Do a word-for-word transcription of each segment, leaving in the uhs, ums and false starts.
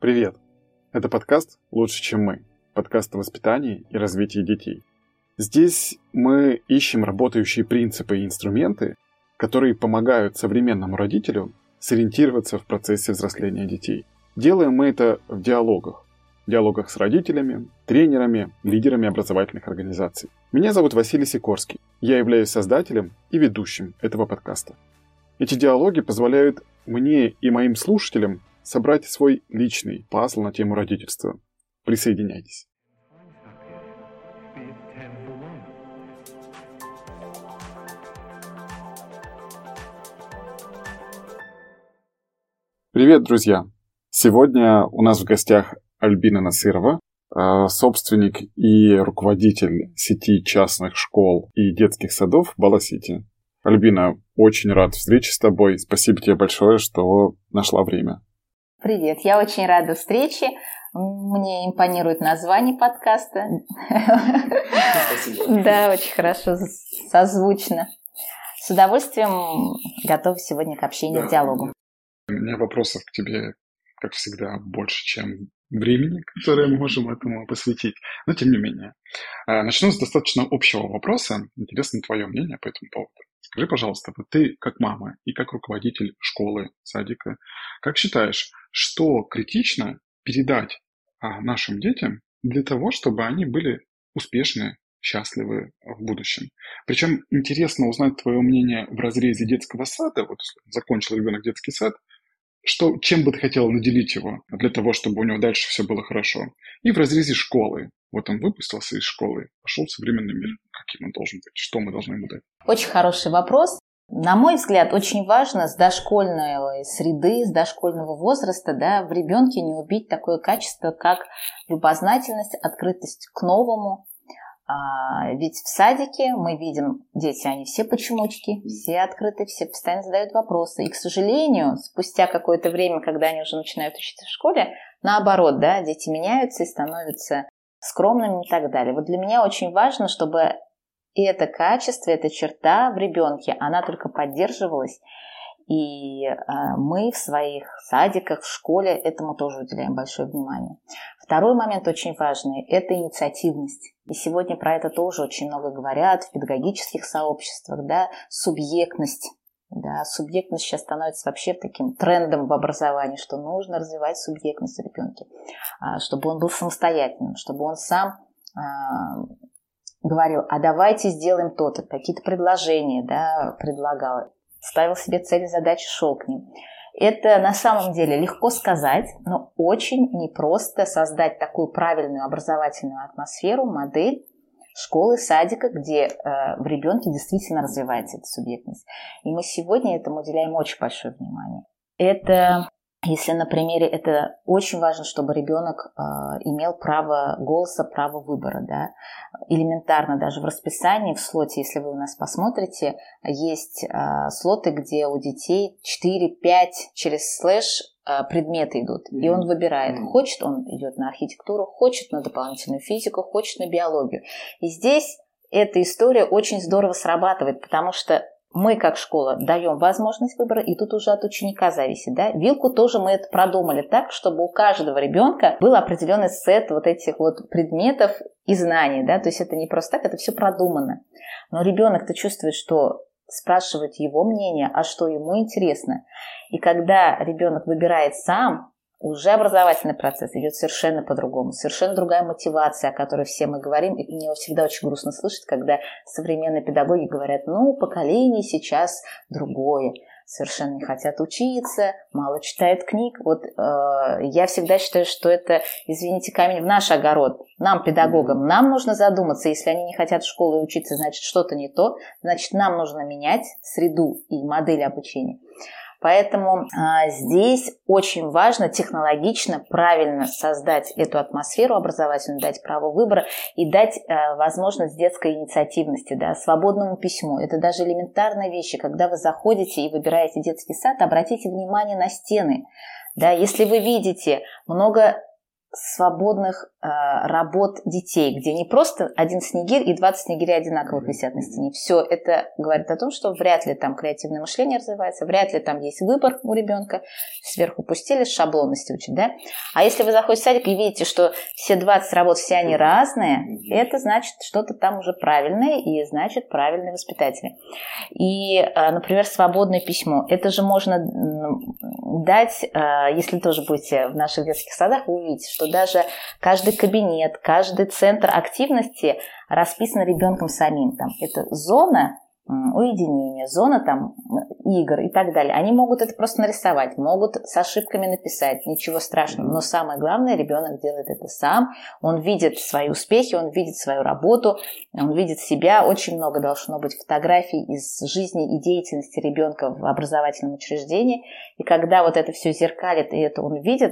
Привет! Это подкаст «Лучше, чем мы», подкаст о воспитании и развитии детей. Здесь мы ищем работающие принципы и инструменты, которые помогают современному родителю сориентироваться в процессе взросления детей. Делаем мы это в диалогах. В диалогах с родителями, тренерами, лидерами образовательных организаций. Меня зовут Василий Сикорский. Я являюсь создателем и ведущим этого подкаста. Эти диалоги позволяют мне и моим слушателям собрать свой личный пазл на тему родительства. Присоединяйтесь. Привет, друзья! Сегодня у нас в гостях Альбина Насырова, собственник и руководитель сети частных школ и детских садов Бала-Сити. Альбина, очень рад встрече с тобой. Спасибо тебе большое, что нашла время. Привет, я очень рада встрече. Мне импонирует название подкаста. Спасибо. Да, очень хорошо, созвучно. С удовольствием готова сегодня к общению, да, к диалогу. У меня вопросов к тебе, как всегда, больше, чем времени, которое мы можем этому посвятить. Но тем не менее. Начну с достаточно общего вопроса. Интересно твое мнение по этому поводу. Скажи, пожалуйста, вот ты как мама и как руководитель школы, садика, как считаешь, что критично передать а, нашим детям для того, чтобы они были успешны, счастливы в будущем? Причем интересно узнать твое мнение в разрезе детского сада. Вот закончил ребенок детский сад, что, чем бы ты хотела наделить его для того, чтобы у него дальше все было хорошо? И в разрезе школы. Вот он выпустился из школы, пошел в современный мир. Каким он должен быть? Что мы должны ему дать? Очень хороший вопрос. На мой взгляд, очень важно с дошкольной среды, с дошкольного возраста, да, в ребенке не убить такое качество, как любознательность, открытость к новому. А, ведь в садике мы видим, дети, они все почемучки, все открыты, все постоянно задают вопросы. И, к сожалению, спустя какое-то время, когда они уже начинают учиться в школе, наоборот, да, дети меняются и становятся скромными и так далее. Вот для меня очень важно, чтобы это качество, эта черта в ребенке, она только поддерживалась. И э, мы в своих садиках, в школе этому тоже уделяем большое внимание. Второй момент очень важный – это инициативность. И сегодня про это тоже очень много говорят в педагогических сообществах, да, субъектность. Да, субъектность сейчас становится вообще таким трендом в образовании, что нужно развивать субъектность в ребенке, чтобы он был самостоятельным, чтобы он сам э, говорил, а давайте сделаем то-то, какие-то предложения, да, предлагал. Ставил себе цели, задачи, шел к ним. Это на самом деле легко сказать, но очень непросто создать такую правильную образовательную атмосферу, модель школы, садика, где э, в ребенке действительно развивается эта субъектность. И мы сегодня этому уделяем очень большое внимание. Это, если на примере, это очень важно, чтобы ребенок э, имел право голоса, право выбора, да. Элементарно даже в расписании, в слоте, если вы у нас посмотрите, есть э, слоты, где у детей четыре-пять через слэш э, предметы идут, mm-hmm. и он выбирает. Mm-hmm. Хочет, он идет на архитектуру, хочет на дополнительную физику, хочет на биологию. И здесь эта история очень здорово срабатывает, потому что мы, как школа, даем возможность выбора, и тут уже от ученика зависит. Да? Вилку тоже мы это продумали так, чтобы у каждого ребенка был определенный сет вот этих вот предметов и знаний. Да? То есть это не просто так, это все продумано. Но ребенок-то чувствует, что спрашивают его мнение, а что ему интересно. И когда ребенок выбирает сам, уже образовательный процесс идет совершенно по-другому, совершенно другая мотивация, о которой все мы говорим, и мне всегда очень грустно слышать, когда современные педагоги говорят, ну, поколение сейчас другое, совершенно не хотят учиться, мало читают книг. Вот э, я всегда считаю, что это, извините, камень в наш огород. Нам, педагогам, нам нужно задуматься, если они не хотят в школе учиться, значит, что-то не то, значит, нам нужно менять среду и модель обучения. Поэтому а, здесь очень важно технологично, правильно создать эту атмосферу образовательную, дать право выбора и дать а, возможность детской инициативности, да, свободному письму. Это даже элементарные вещи. Когда вы заходите и выбираете детский сад, обратите внимание на стены. Да, если вы видите много свободных э, работ детей, где не просто один снегирь и двадцать снегирей одинаковых висят на стене. Все это говорит о том, что вряд ли там креативное мышление развивается, вряд ли там есть выбор у ребенка. Сверху пустили, шаблонности учат, да? А если вы заходите в садик и видите, что все двадцать работ, все они разные, это значит, что-то там уже правильное, и значит, правильные воспитатели. И, э, например, свободное письмо. Это же можно дать, э, если тоже будете в наших детских садах, вы увидите, что даже каждый кабинет, каждый центр активности расписан ребенком самим. Там это зона уединения, зона там игр и так далее. Они могут это просто нарисовать, могут с ошибками написать, ничего страшного. Но самое главное, ребенок делает это сам. Он видит свои успехи, он видит свою работу, он видит себя. Очень много должно быть фотографий из жизни и деятельности ребенка в образовательном учреждении. И когда вот это все зеркалит, и это он видит,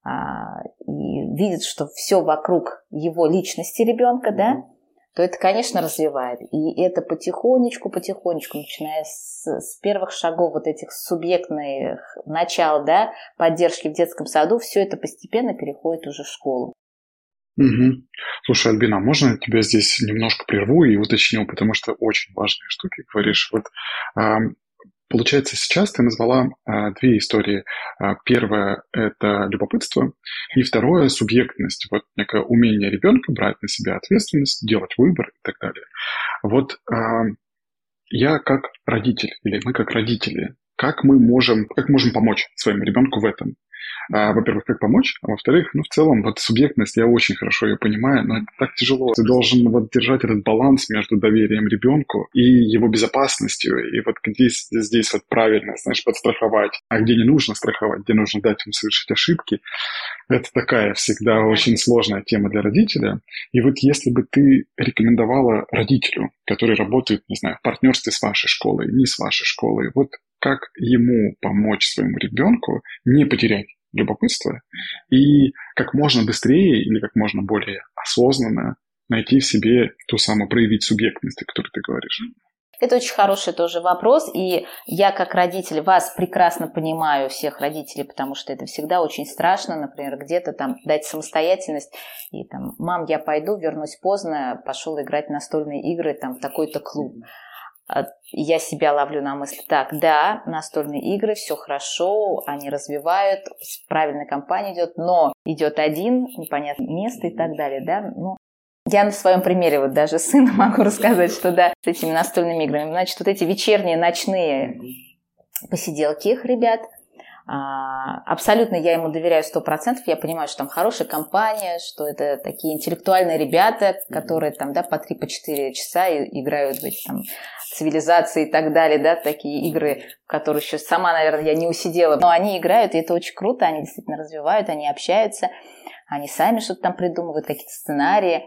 и видит, что все вокруг его личности ребенка, да, то это, конечно, развивает. И это потихонечку, потихонечку, начиная с, с первых шагов вот этих субъектных начал, да, поддержки в детском саду, все это постепенно переходит уже в школу. Угу. Слушай, Альбина, можно я тебя здесь немножко прерву и уточню, потому что очень важные штуки говоришь. Вот получается, сейчас ты назвала а, две истории. А, первое – это любопытство, и второе – субъектность. Вот некое умение ребенка брать на себя ответственность, делать выбор и так далее. Вот а, я как родитель, или мы как родители, как мы можем, как можем помочь своему ребенку в этом? А, во-первых, как помочь, а во-вторых, ну, в целом, вот субъектность, я очень хорошо ее понимаю, но это так тяжело. Ты должен вот держать этот баланс между доверием ребенку и его безопасностью, и вот здесь, здесь вот правильно, знаешь, подстраховать, а где не нужно страховать, где нужно дать ему совершить ошибки. Это такая всегда очень сложная тема для родителя. И вот если бы ты рекомендовала родителю, который работает, не знаю, в партнерстве с вашей школой, не с вашей школой, вот как ему помочь своему ребенку не потерять любопытство и как можно быстрее или как можно более осознанно найти в себе ту самую, проявить субъектность, о которой ты говоришь? Это очень хороший тоже вопрос, и я как родитель вас прекрасно понимаю, всех родителей, потому что это всегда очень страшно, например, где-то там дать самостоятельность, и там, мам, я пойду, вернусь поздно, пошел играть в настольные игры там в такой-то клуб. Я себя ловлю на мысли, так, да, настольные игры, все хорошо, они развивают, правильная компания идет, но идет один, непонятное место и так далее, да, ну, я на своем примере вот даже сына могу рассказать, что да, с этими настольными играми, значит, вот эти вечерние, ночные посиделки их ребят, абсолютно я ему доверяю сто процентов, я понимаю, что там хорошая компания, что это такие интеллектуальные ребята, которые там, да, по три, по четыре часа играют в эти там цивилизации и так далее, да, такие игры, в которые еще сама, наверное, я не усидела, но они играют, и это очень круто, они действительно развивают, они общаются, они сами что-то там придумывают, какие-то сценарии,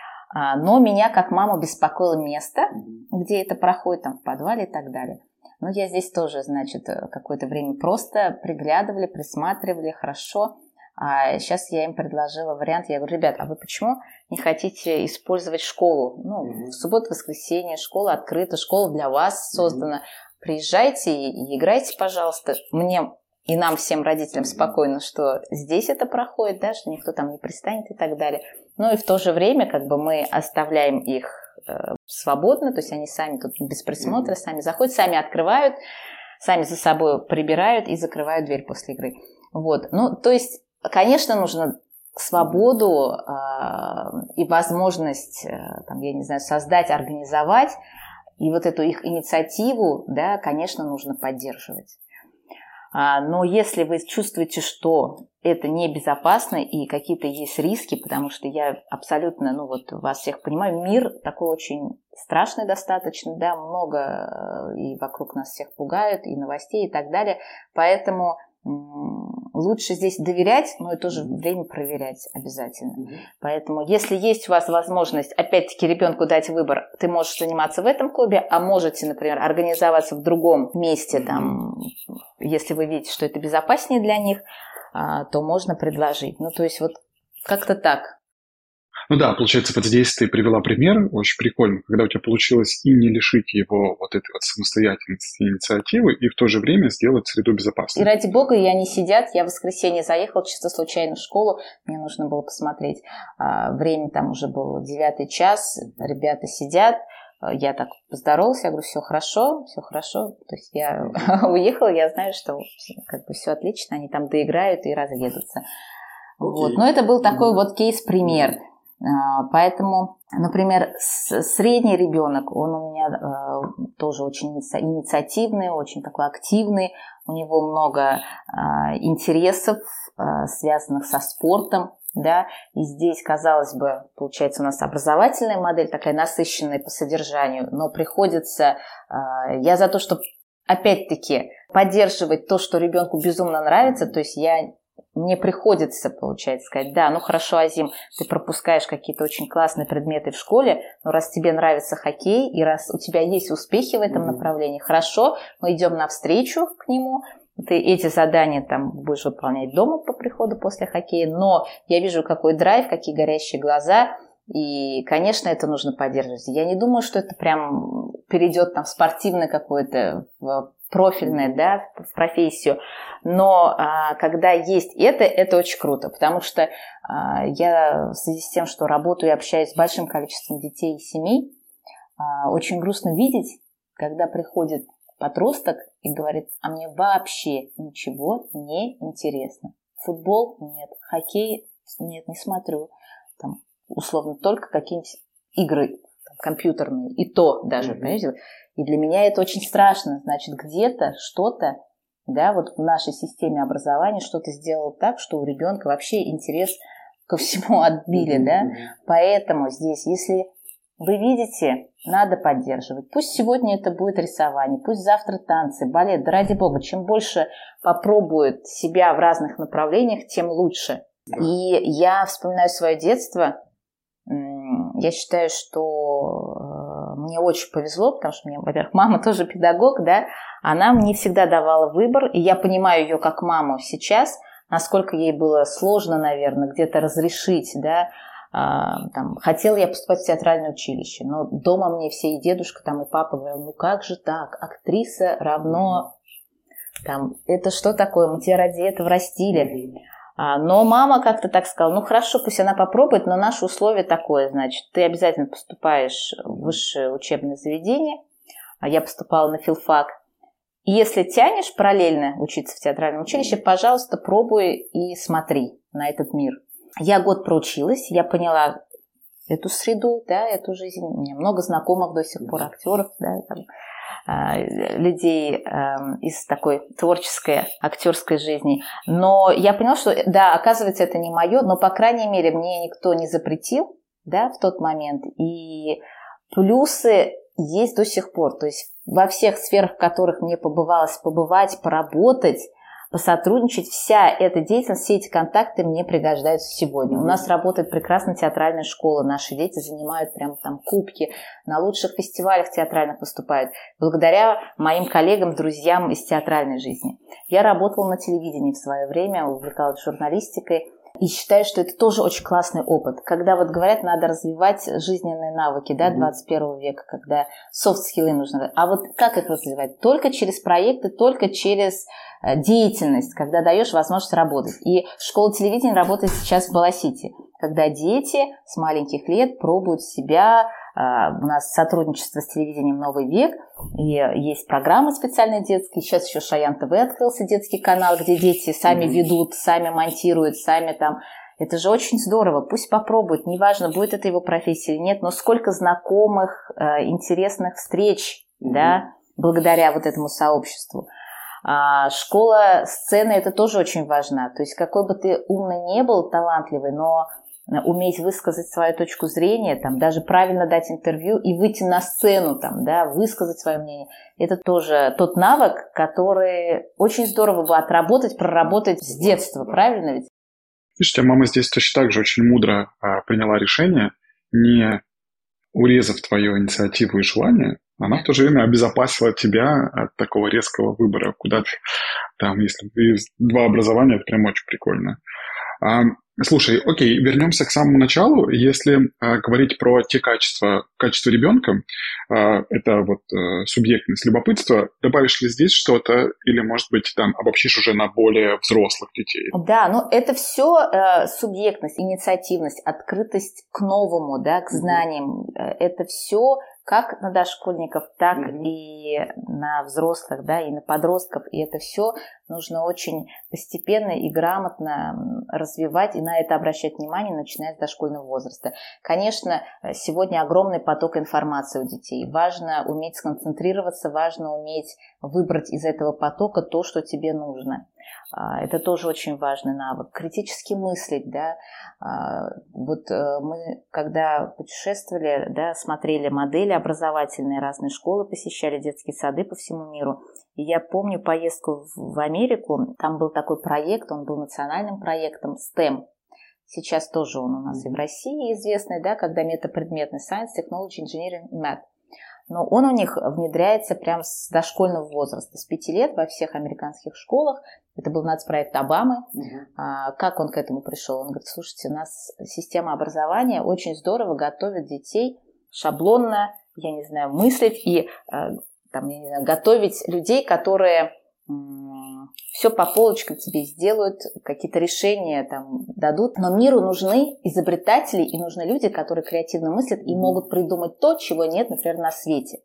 но меня как маму беспокоило место, где это проходит, там в подвале и так далее. Но я здесь тоже, значит, какое-то время просто приглядывали, присматривали, хорошо. А сейчас я им предложила вариант. Я говорю, ребят, а вы почему не хотите использовать школу? Ну, mm-hmm. в субботу, воскресенье, школа открыта, школа для вас создана. Mm-hmm. Приезжайте и, и играйте, пожалуйста. Мне и нам, всем родителям, спокойно, что здесь это проходит, да, что никто там не пристанет и так далее. Ну и в то же время как бы мы оставляем их свободно, то есть они сами тут без присмотра, сами заходят, сами открывают, сами за собой прибирают и закрывают дверь после игры. Вот. Ну, то есть, конечно, нужно свободу э, и возможность, э, там, я не знаю, создать, организовать, и вот эту их инициативу, да, конечно, нужно поддерживать. Но если вы чувствуете, что это небезопасно и какие-то есть риски, потому что я абсолютно, ну вот вас всех понимаю, мир такой очень страшный достаточно, да, много и вокруг нас всех пугают, и новостей и так далее, поэтому лучше здесь доверять, но и в то же время проверять обязательно. Mm-hmm. Поэтому, если есть у вас возможность, опять-таки, ребенку дать выбор, ты можешь заниматься в этом клубе, а можете, например, организоваться в другом месте, mm-hmm. там, если вы видите, что это безопаснее для них, то можно предложить. Ну, то есть, вот как-то так. Ну да, получается, вот здесь ты привела пример, очень прикольно, когда у тебя получилось и не лишить его вот этой вот самостоятельности и инициативы, и в то же время сделать среду И безопасной. ради бога, я не сидят. Я в воскресенье заехала чисто случайно в школу. Мне нужно было посмотреть. А, время там уже было девятый час. Ребята сидят. Я так поздоровалась. Я говорю, все хорошо, все хорошо. То есть я уехала, я знаю, что как бы все отлично. Они там доиграют и разъедутся. Вот. Но это был такой вот кейс-пример. Поэтому, например, средний ребенок, он у меня э, тоже очень инициативный, очень такой активный, у него много э, интересов, э, связанных со спортом, да, и здесь, казалось бы, получается у нас образовательная модель, такая насыщенная по содержанию, но приходится, э, я за то, чтобы опять-таки поддерживать то, что ребенку безумно нравится, то есть я мне приходится, получается, сказать, да, ну хорошо, Азим, ты пропускаешь какие-то очень классные предметы в школе, но раз тебе нравится хоккей, и раз у тебя есть успехи в этом mm-hmm. направлении, хорошо, мы идем навстречу к нему, ты эти задания там будешь выполнять дома по приходу после хоккея, но я вижу, какой драйв, какие горящие глаза, и, конечно, это нужно поддерживать. Я не думаю, что это прям перейдет там в спортивное какое-то, в профильное, да, в профессию, но а, когда есть это, это очень круто, потому что а, я в связи с тем, что работаю и общаюсь с большим количеством детей и семей, а, очень грустно видеть, когда приходит подросток и говорит, а мне вообще ничего не интересно. Футбол нет, хоккей нет, не смотрю, там, условно, только какие-нибудь игры там, компьютерные, и то даже, mm-hmm. понимаете, и для меня это очень страшно. Значит, где-то что-то, да, вот в нашей системе образования что-то сделало так, что у ребенка вообще интерес ко всему отбили, mm-hmm. да. Поэтому здесь, если вы видите, надо поддерживать. Пусть сегодня это будет рисование, пусть завтра танцы, балет. Да ради бога, чем больше попробует себя в разных направлениях, тем лучше. Mm-hmm. И я вспоминаю свое детство. Я считаю, что мне очень повезло, потому что мне, во-первых, мама тоже педагог, да, она мне всегда давала выбор, и я понимаю ее как маму сейчас, насколько ей было сложно, наверное, где-то разрешить, да, а, там, хотела я поступать в театральное училище, но дома мне все и дедушка, там, и папа говорил, ну как же так, актриса равно, там, это что такое, мы тебя ради этого растили. Но мама как-то так сказала, ну хорошо, пусть она попробует, но наше условие такое, значит, ты обязательно поступаешь в высшее учебное заведение, а я поступала на филфак, и если тянешь параллельно учиться в театральном училище, пожалуйста, пробуй и смотри на этот мир. Я год проучилась, я поняла эту среду, да, эту жизнь, у меня много знакомых до сих пор актеров, да, там, людей из такой творческой, актерской жизни. Но я поняла, что, да, оказывается, это не мое, но, по крайней мере, мне никто не запретил, да, в тот момент. И плюсы есть до сих пор. То есть во всех сферах, в которых мне побывалось побывать, поработать, посотрудничать, вся эта деятельность, все эти контакты мне пригождаются сегодня. У нас работает прекрасная театральная школа, наши дети занимают прям там кубки, на лучших фестивалях театральных выступают, благодаря моим коллегам, друзьям из театральной жизни. Я работала на телевидении в свое время, увлекалась журналистикой, и считаю, что это тоже очень классный опыт. Когда вот говорят, надо развивать жизненные навыки, да, двадцать первого века, когда софт-скиллы нужно. А вот как их развивать? Только через проекты, только через деятельность, когда даешь возможность работать. И школа телевидения работает сейчас в Баласите, когда дети с маленьких лет пробуют себя. У нас сотрудничество с телевидением «Новый век», и есть программы специальные детские. Сейчас еще Шаян ТВ открылся, детский канал, где дети сами ведут, сами монтируют, сами там. Это же очень здорово. Пусть попробуют. Неважно, будет это его профессия или нет, но сколько знакомых, интересных встреч, mm-hmm. да, благодаря вот этому сообществу. А школа сцены – это тоже очень важно. То есть какой бы ты умный не был, талантливый, но уметь высказать свою точку зрения, там, даже правильно дать интервью и выйти на сцену, там, да, высказать свое мнение. Это тоже тот навык, который очень здорово бы отработать, проработать с детства, правильно ведь? Видишь, тебя мама здесь точно так же очень мудро а, приняла решение, не урезав твою инициативу и желание, она в то же время обезопасила тебя от такого резкого выбора, куда ты, там, если ты два образования, это прям очень прикольно. А Слушай, окей, вернемся к самому началу. Если э, говорить про те качества, качества ребенка, э, это вот э, субъектность, любопытство, добавишь ли здесь что-то или, может быть, там обобщишь уже на более взрослых детей? Да, ну это все э, субъектность, инициативность, открытость к новому, да, к знаниям. Mm-hmm. Это все как на дошкольников, так mm-hmm. и на взрослых, да, и на подростков. И это все нужно очень постепенно и грамотно развивать и на это обращать внимание, начиная с дошкольного возраста. Конечно, сегодня огромный поток информации у детей. Важно уметь сконцентрироваться, важно уметь выбрать из этого потока то, что тебе нужно. Это тоже очень важный навык. Критически мыслить, да. Вот мы, когда путешествовали, да, смотрели модели образовательные, разные школы посещали, детские сады по всему миру. И я помню поездку в Америку, там был такой проект, он был национальным проектом стэм. Сейчас тоже он у нас и в России известный, да, когда метапредметный Science, Technology, Engineering и Math. Но он у них внедряется прямо с дошкольного возраста, с пяти лет во всех американских школах. Это был нацпроект Обамы. Uh-huh. А, как он к этому пришел? Он говорит, слушайте, у нас система образования очень здорово готовит детей шаблонно, я не знаю, мыслить и там, я не знаю, готовить людей, которые м- все по полочкам тебе сделают, какие-то решения там дадут. Но миру нужны изобретатели и нужны люди, которые креативно мыслят и могут придумать то, чего нет, например, на свете.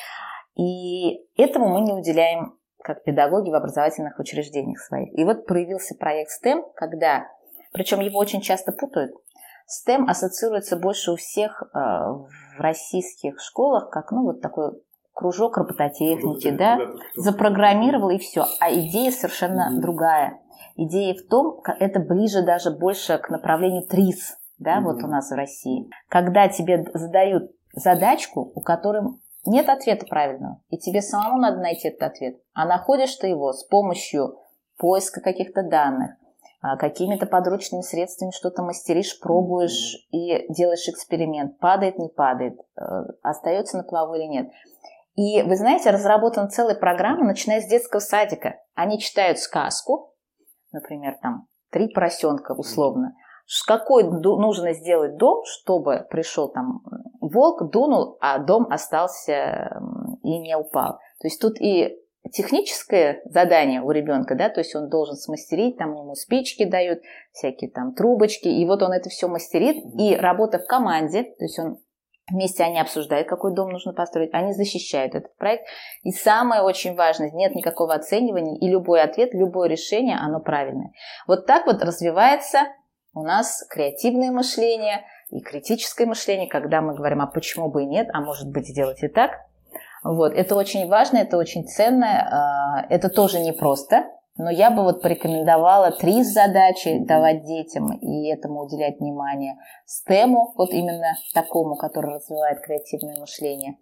И этому мы не уделяем как педагоги в образовательных учреждениях своих. И вот проявился проект стэм, когда, причем его очень часто путают, стэм ассоциируется больше у всех э, в российских школах как, ну, вот такой кружок робототехники, да, запрограммировал и все. А идея совершенно mm-hmm. другая. Идея в том, это ближе даже больше к направлению ТРИС, да, mm-hmm. вот у нас в России. Когда тебе задают задачку, у которой нет ответа правильного, и тебе самому надо найти этот ответ, а находишь ты его с помощью поиска каких-то данных, какими-то подручными средствами что-то мастеришь, пробуешь mm-hmm. и делаешь эксперимент. Падает, не падает, остается на плаву или нет. И, вы знаете, разработана целая программа, начиная с детского садика. Они читают сказку, например, там, «Три поросенка» условно. Какой нужно сделать дом, чтобы пришел там волк, дунул, а дом остался и не упал. То есть тут и техническое задание у ребенка, да, то есть он должен смастерить, там ему спички дают, всякие там трубочки, и вот он это все мастерит, и работа в команде, то есть он вместе они обсуждают, какой дом нужно построить, они защищают этот проект. И самое очень важное, нет никакого оценивания, и любой ответ, любое решение, оно правильное. Вот так вот развивается у нас креативное мышление и критическое мышление, когда мы говорим, а почему бы и нет, а может быть сделать и так. Вот. Это очень важно, это очень ценно, это тоже непросто. Но я бы вот порекомендовала три задачи давать детям и этому уделять внимание. стэму, вот именно такому, который развивает креативное мышление.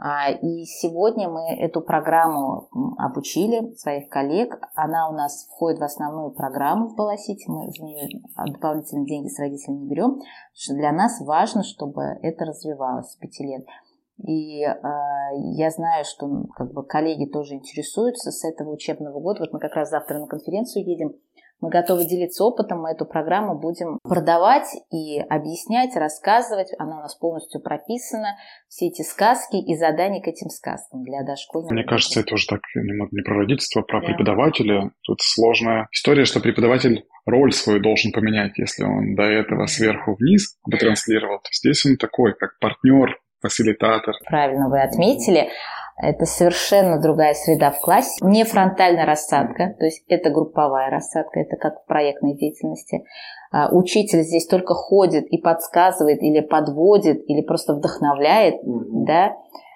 И сегодня мы эту программу обучили своих коллег. Она у нас входит в основную программу в Velocity. Мы за нее дополнительные деньги с родителями не берем. Потому что для нас важно, чтобы это развивалось с пяти лет. И э, я знаю, что как бы, коллеги тоже интересуются с этого учебного года. Вот мы как раз завтра на конференцию едем. Мы готовы делиться опытом, мы эту программу будем продавать и объяснять, рассказывать. Она у нас полностью прописана. Все эти сказки и задания к этим сказкам для дошкольных. Мне кажется, это уже так не про родительство, а про да. преподавателя. Тут сложная история, что преподаватель роль свою должен поменять. Если он до этого сверху вниз бы транслировал, то здесь он такой, как партнер, фасилитатор. Правильно вы отметили. Это совершенно другая среда в классе. Не фронтальная рассадка, то есть это групповая рассадка, это как в проектной деятельности. Учитель здесь только ходит и подсказывает, или подводит, или просто вдохновляет, mm-hmm. да.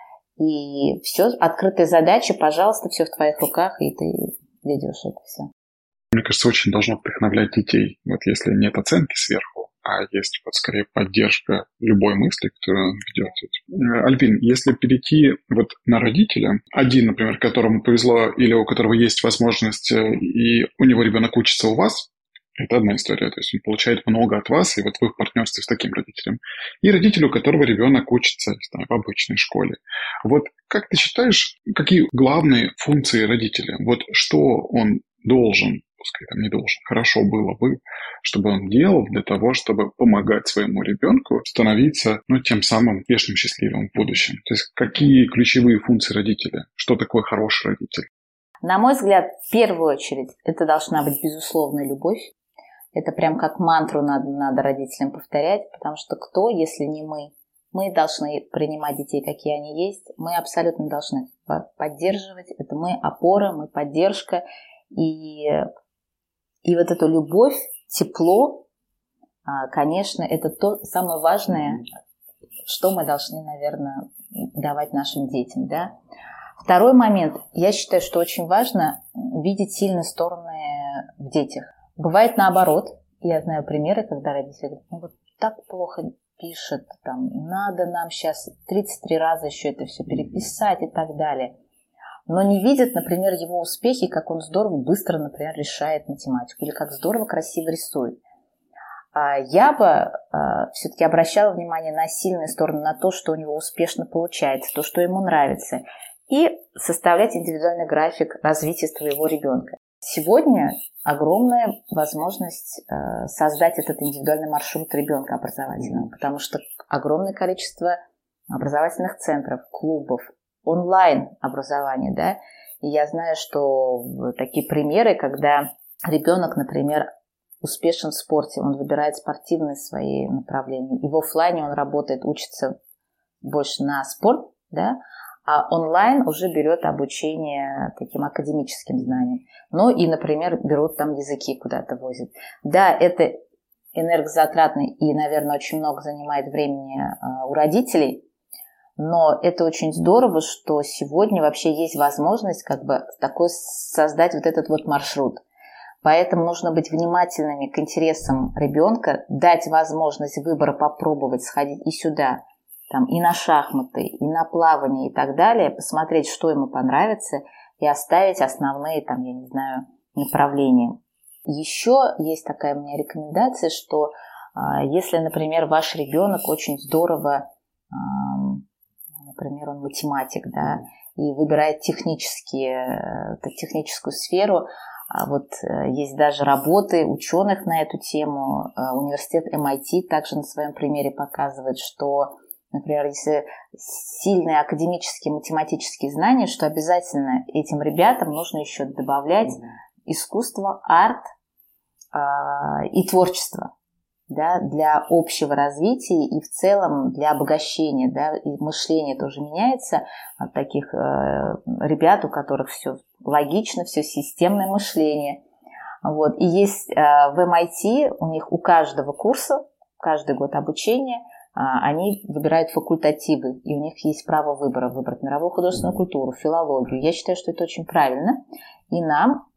И все, открытые задачи, пожалуйста, все в твоих руках, и ты ведешь это все. Мне кажется, очень должно вдохновлять детей. Вот если нет оценки сверху, а есть вот скорее поддержка любой мысли, которую он ведет. Альбин, если перейти вот на родителя, один, например, которому повезло или у которого есть возможность, и у него ребенок учится у вас, это одна история, то есть он получает много от вас, и вот вы в партнерстве с таким родителем. И родитель, у которого ребенок учится, не знаю, в обычной школе. Вот как ты считаешь, какие главные функции родителя? Вот что он должен пускай там не должен, хорошо было бы, чтобы он делал для того, чтобы помогать своему ребенку становиться, ну, тем самым успешным, счастливым в будущем? То есть какие ключевые функции родителя? Что такое хороший родитель? На мой взгляд, в первую очередь, это должна быть безусловная любовь. Это прям как мантру надо, надо родителям повторять, потому что кто, если не мы? Мы должны принимать детей, какие они есть. Мы абсолютно должны поддерживать. Это мы опора, мы поддержка. И, и вот эту любовь, тепло, конечно, это то самое важное, что мы должны, наверное, давать нашим детям. Да? Второй момент. Я считаю, что очень важно видеть сильные стороны в детях. Бывает наоборот. Я знаю примеры, когда родители говорят, ну вот так плохо пишет, там, надо нам сейчас тридцать три раза еще это все переписать и так далее. Но не видят, например, его успехи, как он здорово, быстро, например, решает математику или как здорово, красиво рисует. Я бы все-таки обращала внимание на сильные стороны, на то, что у него успешно получается, то, что ему нравится, и составлять индивидуальный график развития своего ребенка. Сегодня огромная возможность э, создать этот индивидуальный маршрут ребенка образовательного, потому что огромное количество образовательных центров, клубов, онлайн образования, да, и я знаю, что такие примеры, когда ребенок, например, успешен в спорте, он выбирает спортивные свои направления, и в офлайне он работает, учится больше на спорт, да, а онлайн уже берет обучение таким академическим знаниям. Ну и, например, берут там языки куда-то возят. Да, это энергозатратно и, наверное, очень много занимает времени у родителей, но это очень здорово, что сегодня вообще есть возможность как бы такой создать вот этот вот маршрут. Поэтому нужно быть внимательными к интересам ребенка, дать возможность выбора попробовать сходить и сюда, там, и на шахматы, и на плавание, и так далее, посмотреть, что ему понравится, и оставить основные, там, я не знаю, направления. Еще есть такая у меня рекомендация, что э, если, например, ваш ребенок очень здорово, э, например, он математик, да, и выбирает технические, э, техническую сферу, а вот э, есть даже работы ученых на эту тему, э, университет эм ай ти также на своем примере показывает, что, например, если сильные академические математические знания, что обязательно этим ребятам нужно еще добавлять искусство, арт э, и творчество, да, для общего развития и в целом для обогащения, да, и мышление тоже меняется от таких э, ребят, у которых все логично, все системное мышление. Вот. И есть э, в эм ай ти у них у каждого курса, каждый год обучения, они выбирают факультативы, и у них есть право выбора, выбрать мировую художественную культуру, филологию. Я считаю, что это очень правильно. И нам,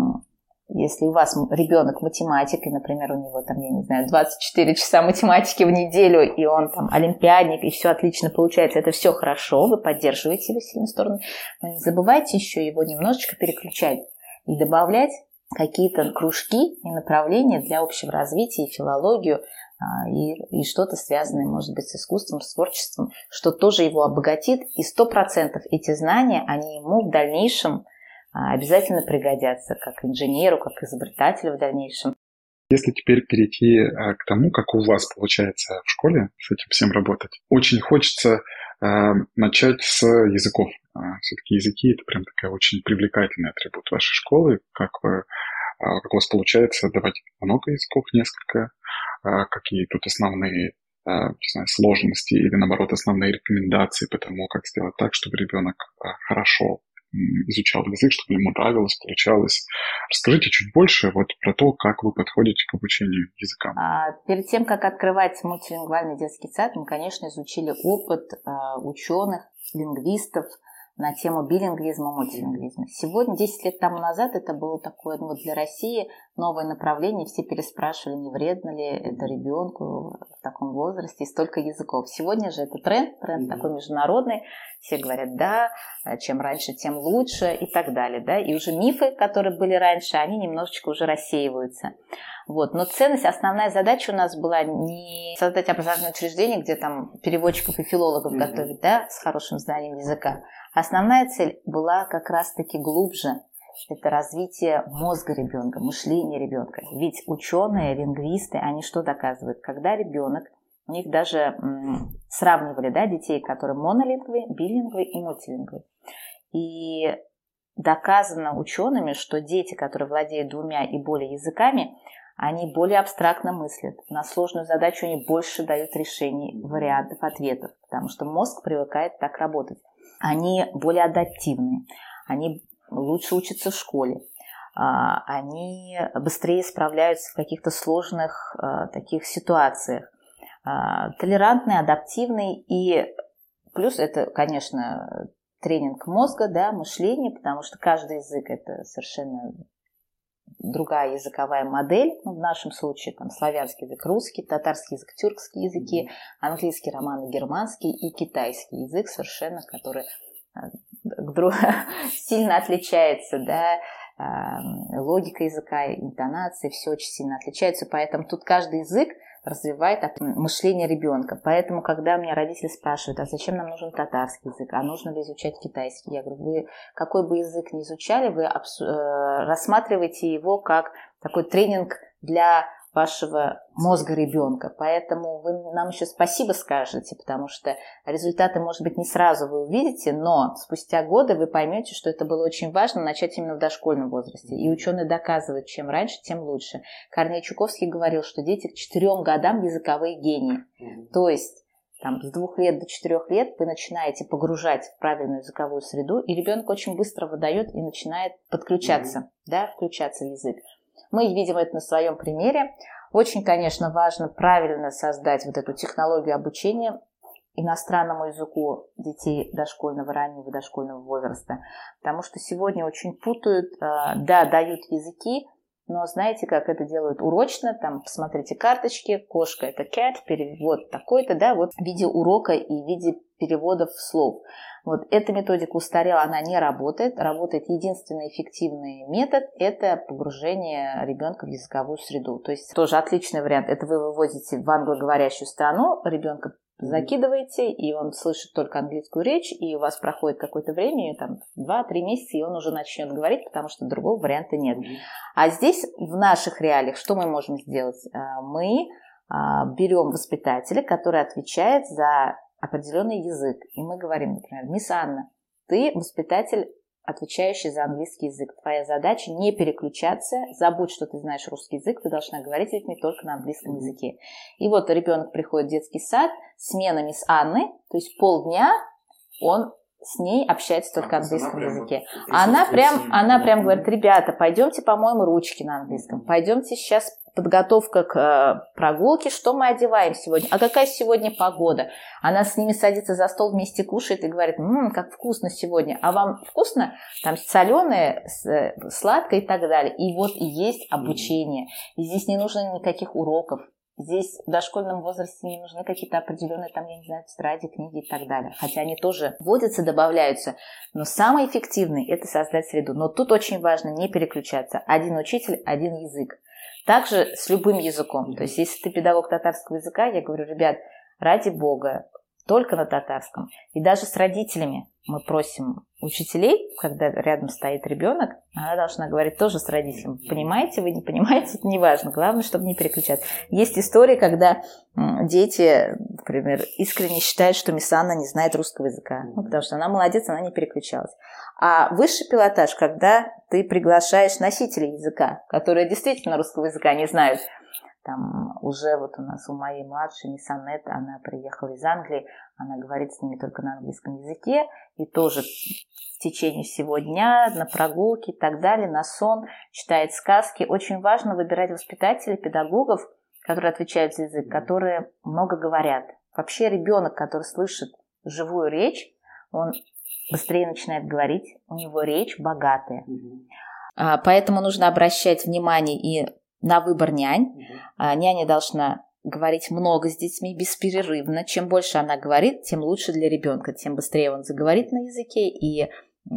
если у вас ребенок математик, и, например, у него там, я не знаю, двадцать четыре часа математики в неделю, и он там олимпиадник, и все отлично получается, это все хорошо, вы поддерживаете его сильную сторону, но не забывайте еще его немножечко переключать и добавлять какие-то кружки и направления для общего развития, и филологию, И, и что-то связанное, может быть, с искусством, с творчеством, что тоже его обогатит, и сто процентов эти знания, они ему в дальнейшем обязательно пригодятся, как инженеру, как изобретателю в дальнейшем. Если теперь перейти к тому, как у вас получается в школе с этим всем работать, очень хочется э, начать с языков. Все-таки языки – это прям такая очень привлекательный атрибут вашей школы, как вы как у вас получается давать много языков, несколько, какие тут основные, не знаю, сложности или, наоборот, основные рекомендации по тому, как сделать так, чтобы ребенок хорошо изучал язык, чтобы ему нравилось, получалось. Расскажите чуть больше вот про то, как вы подходите к обучению языкам. А, перед тем, как открывать мультилингвальный детский сад, мы, конечно, изучили опыт а, ученых, лингвистов на тему билингвизма, мультилингвизма. Сегодня, десять лет тому назад, это было такое, ну, вот для России новое направление. Все переспрашивали, не вредно ли это ребенку в таком возрасте и столько языков. Сегодня же это тренд, тренд такой международный. Все говорят, да, чем раньше, тем лучше и так далее. Да? И уже мифы, которые были раньше, они немножечко уже рассеиваются. Вот. Но ценность, основная задача у нас была не создать образовательное учреждение, где там переводчиков и филологов mm-hmm. готовить, да, с хорошим знанием языка. Основная цель была как раз-таки глубже – это развитие мозга ребенка, мышления ребенка. Ведь ученые, лингвисты, они что доказывают? Когда ребенок, у них даже м, сравнивали, да, детей, которые монолингвы, билингвы и мультилингвы. И доказано учеными, что дети, которые владеют двумя и более языками, они более абстрактно мыслят. На сложную задачу они больше дают решений, вариантов, ответов, потому что мозг привыкает так работать. Они более адаптивны, они лучше учатся в школе, они быстрее справляются в каких-то сложных таких ситуациях. Толерантные, адаптивные, и плюс это, конечно, тренинг мозга, да, мышление, потому что каждый язык – это совершенно другая языковая модель, ну, в нашем случае там славянский язык, русский, татарский язык, тюркские языки, английский, романо-германский и китайский язык совершенно, который сильно отличается, да, логика языка, интонации, все очень сильно отличается, поэтому тут каждый язык развивает мышление ребенка. Поэтому, когда меня родители спрашивают, а зачем нам нужен татарский язык, а нужно ли изучать китайский, я говорю, вы какой бы язык ни изучали, вы рассматриваете его как такой тренинг для вашего мозга ребенка. Поэтому вы нам еще спасибо скажете, потому что результаты, может быть, не сразу вы увидите, но спустя годы вы поймете, что это было очень важно начать именно в дошкольном возрасте. И ученые доказывают, чем раньше, тем лучше. Корней Чуковский говорил, что дети к четырем годам языковые гении. Mm-hmm. То есть там, с двух лет до четырех лет вы начинаете погружать в правильную языковую среду, и ребенок очень быстро выдает и начинает подключаться, mm-hmm. да, включаться в язык. Мы видим это на своем примере. Очень, конечно, важно правильно создать вот эту технологию обучения иностранному языку детей дошкольного, раннего дошкольного возраста, потому что сегодня очень путают, да, дают языки, но знаете, как это делают урочно, там, посмотрите карточки, кошка – это cat, перевод такой-то, да, вот в виде урока и в виде переводов слов. Вот эта методика устарела, она не работает. Работает единственный эффективный метод – это погружение ребенка в языковую среду. То есть тоже отличный вариант. Это вы вывозите в англоговорящую страну, ребенка закидываете, и он слышит только английскую речь, и у вас проходит какое-то время, там, два-три месяца, и он уже начнет говорить, потому что другого варианта нет. А здесь, в наших реалиях, что мы можем сделать? Мы берем воспитателя, который отвечает за определенный язык, и мы говорим, например, мисс Анна, ты воспитатель, отвечающий за английский язык. Твоя задача не переключаться, забудь, что ты знаешь русский язык, ты должна говорить с детьми только на английском языке. И вот ребенок приходит в детский сад, смена мисс Анны, то есть полдня он с ней общается только на английском языке. Она прям, она прям говорит, ребята, пойдемте помоем ручки на английском, пойдемте сейчас подготовка к э, прогулке, что мы одеваем сегодня, а какая сегодня погода. Она с ними садится за стол, вместе кушает и говорит, ммм, как вкусно сегодня, а вам вкусно? Там соленое, сладкое и так далее. И вот и есть обучение. И здесь не нужно никаких уроков. Здесь в дошкольном возрасте не нужны какие-то определенные, там, я не знаю, тетради, книги и так далее. Хотя они тоже вводятся, добавляются. Но самый эффективный – это создать среду. Но тут очень важно не переключаться. Один учитель, один язык. Также с любым языком. То есть, если ты педагог татарского языка, я говорю, ребят, ради бога, только на татарском. И даже с родителями мы просим учителей, когда рядом стоит ребенок, она должна говорить тоже с родителем. Понимаете, вы не понимаете, это не важно. Главное, чтобы не переключаться. Есть истории, когда дети, например, искренне считают, что мисс Анна не знает русского языка. Ну, потому что она молодец, она не переключалась. А высший пилотаж, когда ты приглашаешь носителей языка, которые действительно русского языка не знают. Там уже вот у нас у моей младшей, мисс Аннет, она приехала из Англии, она говорит с ними только на английском языке, и тоже в течение всего дня, на прогулке и так далее, на сон, читает сказки. Очень важно выбирать воспитателей, педагогов, которые отвечают за язык, которые много говорят. Вообще ребенок, который слышит живую речь, он быстрее начинает говорить, у него речь богатая. Mm-hmm. Поэтому нужно обращать внимание и на выбор нянь. Mm-hmm. Няня должна говорить много с детьми, бесперерывно. Чем больше она говорит, тем лучше для ребенка, тем быстрее он заговорит на языке, и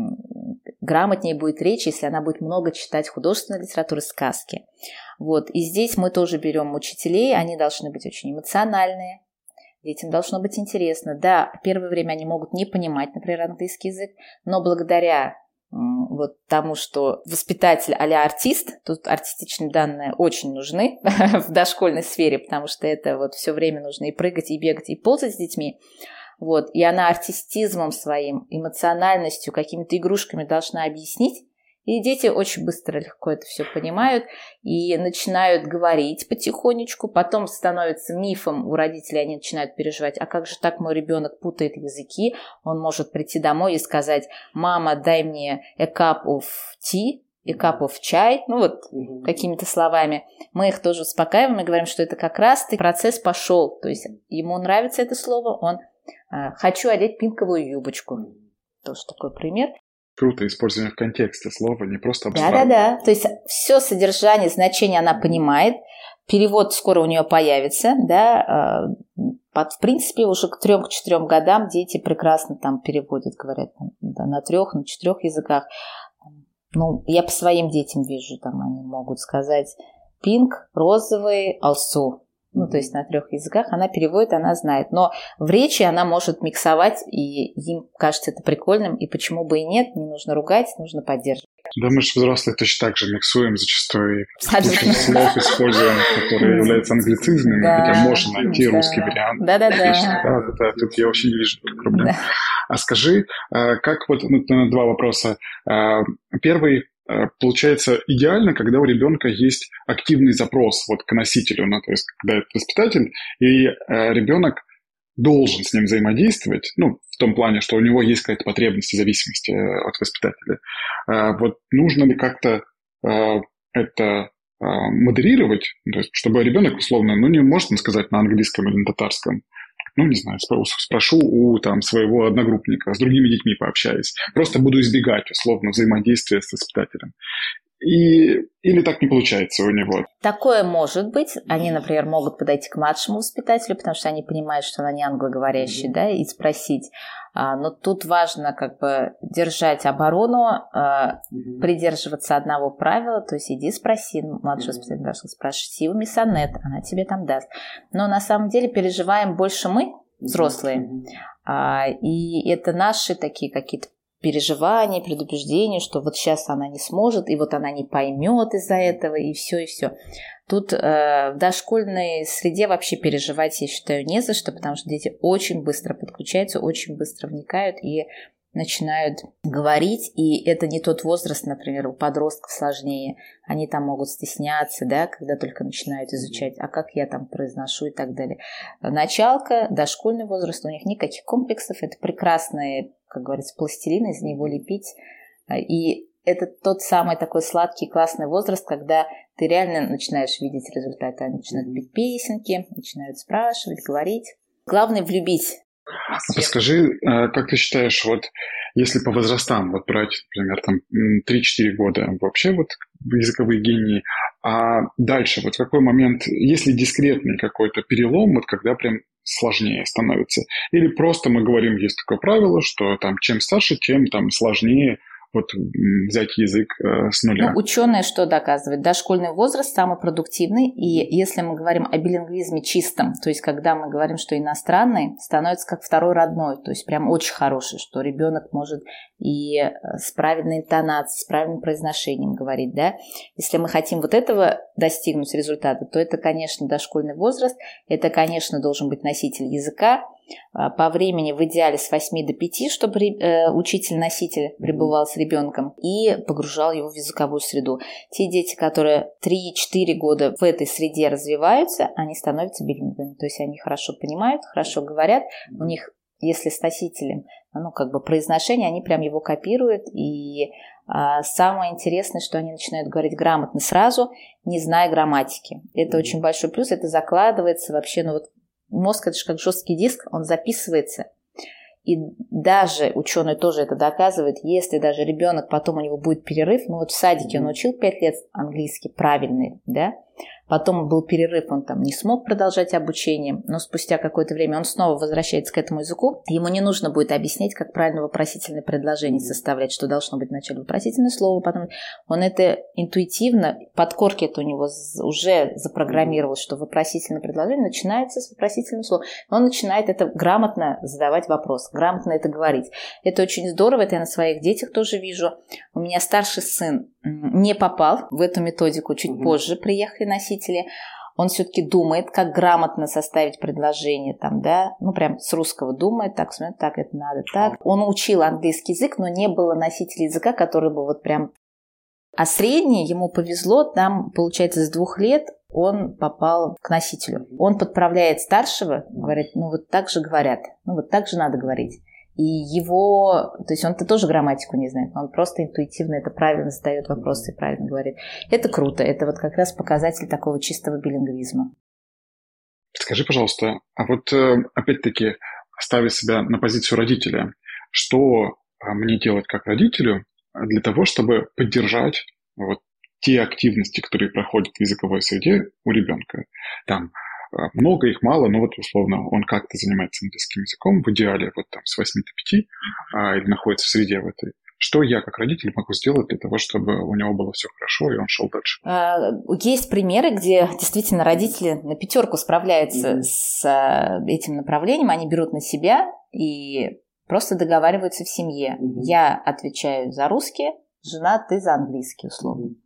грамотнее будет речь, если она будет много читать художественной литературы, сказки. Вот. И здесь мы тоже берем учителей, они должны быть очень эмоциональные, детям должно быть интересно. Да, первое время они могут не понимать, например, английский язык, но благодаря вот тому, что воспитатель а-ля артист, тут артистичные данные очень нужны в дошкольной сфере, потому что это вот все время нужно и прыгать, и бегать, и ползать с детьми. Вот. И она артистизмом своим, эмоциональностью, какими-то игрушками должна объяснить. И дети очень быстро, легко это все понимают и начинают говорить потихонечку. Потом становится мифом у родителей, они начинают переживать, а как же так мой ребенок путает языки? Он может прийти домой и сказать: мама, дай мне a cup of tea, a cup of чай, ну вот угу. какими-то словами. Мы их тоже успокаиваем и говорим, что это как раз процесс пошел. То есть ему нравится это слово, он э, «хочу одеть пинковую юбочку». Тоже такой пример. Круто использование в контексте слова, не просто абстрактно. Да-да-да, то есть все содержание, значение она понимает, перевод скоро у нее появится, да, в принципе уже к трем-четырем годам дети прекрасно там переводят, говорят да, на трех, на четырех языках. Ну, я по своим детям вижу, там они могут сказать pink, розовый, also. Ну, то есть на трех языках она переводит, она знает. Но в речи она может миксовать, и им кажется это прикольным, и почему бы и нет, не нужно ругать, нужно поддерживать. Да, мы же взрослые точно так же миксуем зачастую кучу слов используем, которые являются англицизмами, да, хотя можно найти да. русский вариант. Да-да-да. Да, да, тут я вообще не вижу проблем. Да. А скажи, как вот, ну, два вопроса. Первый. Получается идеально, когда у ребенка есть активный запрос вот к носителю, ну, то есть когда это воспитатель, и э, ребенок должен с ним взаимодействовать, ну, в том плане, что у него есть какая-то потребность и зависимость от воспитателя. Э, вот нужно ли как-то э, это э, модерировать, то есть чтобы ребенок, условно, ну, не может сказать на английском или на татарском, ну, не знаю, спрошу у там, своего одногруппника, с другими детьми пообщаюсь. Просто буду избегать, условно, взаимодействия с воспитателем. И... Или так не получается у него? Такое может быть. Они, например, могут подойти к младшему воспитателю, потому что они понимают, что она не англоговорящий, mm-hmm. да, и спросить. Но тут важно как бы держать оборону, mm-hmm. придерживаться одного правила, то есть иди спроси, младший mm-hmm. воспитатель должен спроси у мисс Аннет, она тебе там даст. Но на самом деле переживаем больше мы, взрослые, mm-hmm. и это наши такие какие-то переживания, предубеждения, что вот сейчас она не сможет, и вот она не поймет из-за этого, и все, и все. Тут э, в дошкольной среде вообще переживать, я считаю, не за что, потому что дети очень быстро подключаются, очень быстро вникают и начинают говорить, и это не тот возраст, например, у подростков сложнее, они там могут стесняться, да, когда только начинают изучать, а как я там произношу и так далее. Началка, дошкольный возраст, у них никаких комплексов, это прекрасные, как говорится, пластилин, из него лепить, и это тот самый такой сладкий, классный возраст, когда ты реально начинаешь видеть результаты, они начинают петь песенки, начинают спрашивать, говорить. Главное влюбить. Расскажи, как ты считаешь, вот если по возрастам вот брать, например, там три-четыре года, вообще вот языковые гении, а дальше вот в какой момент, есть ли дискретный какой-то перелом, вот когда прям сложнее становится? Или просто мы говорим, есть такое правило, что там чем старше, тем там сложнее вот взять язык э, с нуля. Ну, ученые что доказывают? Дошкольный возраст самый продуктивный, и если мы говорим о билингвизме чистом, то есть когда мы говорим, что иностранный становится как второй родной, то есть прям очень хороший, что ребенок может и с правильной интонацией, с правильным произношением говорить, да. Если мы хотим вот этого достигнуть результата, то это, конечно, дошкольный возраст, это, конечно, должен быть носитель языка, по времени в идеале с восьми до пяти, чтобы э, учитель-носитель пребывал с ребенком и погружал его в языковую среду. Те дети, которые три-четыре года в этой среде развиваются, они становятся билингвами, то есть они хорошо понимают, хорошо говорят, у них, если с носителем, ну, как бы произношение, они прям его копируют, и а, самое интересное, что они начинают говорить грамотно сразу, не зная грамматики. Это mm-hmm. очень большой плюс, это закладывается вообще, ну вот мозг, это же как жесткий диск, он записывается. И даже ученые тоже это доказывают, если даже ребенок, потом у него будет перерыв, ну вот в садике он учил пять лет английский правильный, да, Потом был перерыв, он там не смог продолжать обучение, но спустя какое-то время он снова возвращается к этому языку. Ему не нужно будет объяснять, как правильно вопросительное предложение составлять, что должно быть вначале вопросительное слово, потом он это интуитивно, подкорки это у него уже запрограммировалось, что вопросительное предложение начинается с вопросительного слова. Он начинает это грамотно задавать вопрос, грамотно это говорить. Это очень здорово, это я на своих детях тоже вижу. У меня старший сын не попал в эту методику, чуть угу. позже приехали носители. Он все-таки думает, как грамотно составить предложение, там, да, ну, прям с русского думает, так, смотрит, так, это надо, так. Он учил английский язык, но не было носителя языка, который бы вот прям... А средний, ему повезло, там, получается, с двух лет он попал к носителю. Он подправляет старшего, говорит, ну, вот так же говорят, ну, вот так же надо говорить. И его, то есть он-то тоже грамматику не знает, он просто интуитивно это правильно задает вопросы и правильно говорит. Это круто, это вот как раз показатель такого чистого билингвизма. Скажи, пожалуйста, а вот опять-таки, ставя себя на позицию родителя, что мне делать как родителю для того, чтобы поддержать вот те активности, которые проходят в языковой среде у ребенка? Там много их, мало, но вот условно он как-то занимается английским языком, в идеале вот там с восьми до пяти а, или находится в среде в этой. Что я как родитель могу сделать для того, чтобы у него было все хорошо и он шел дальше? Есть примеры, где действительно родители на пятерку справляются mm-hmm. с этим направлением, они берут на себя и просто договариваются в семье. Mm-hmm. Я отвечаю за русский, жена, ты за английский, условно. Mm-hmm.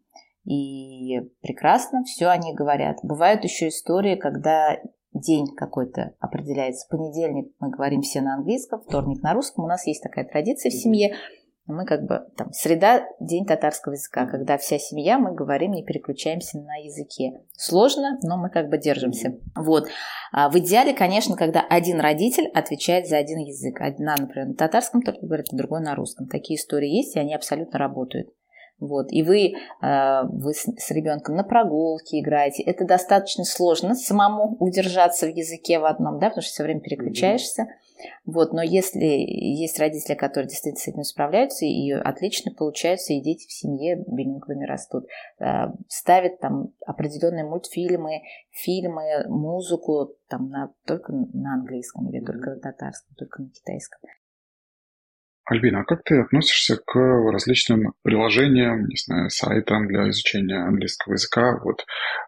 И прекрасно все они говорят. Бывают еще истории, когда день какой-то определяется. В понедельник мы говорим все на английском, вторник на русском. У нас есть такая традиция в семье. Мы как бы там среда, день татарского языка, когда вся семья, мы говорим, не переключаемся на языке. Сложно, но мы как бы держимся. Вот. А в идеале, конечно, когда один родитель отвечает за один язык. Одна, например, на татарском только говорит, а другой на русском. Такие истории есть, и они абсолютно работают. Вот. И вы, вы с ребенком на прогулке играете. Это достаточно сложно самому удержаться в языке в одном, да, потому что все время переключаешься. Вот. Но если есть родители, которые действительно с этим справляются, и отлично получается, и дети в семье билингвами растут. Ставят там определенные мультфильмы, фильмы, музыку там, на, только на английском или только на татарском, только на китайском. Альбина, а как ты относишься к различным приложениям, не знаю, сайтам для изучения английского языка, вот,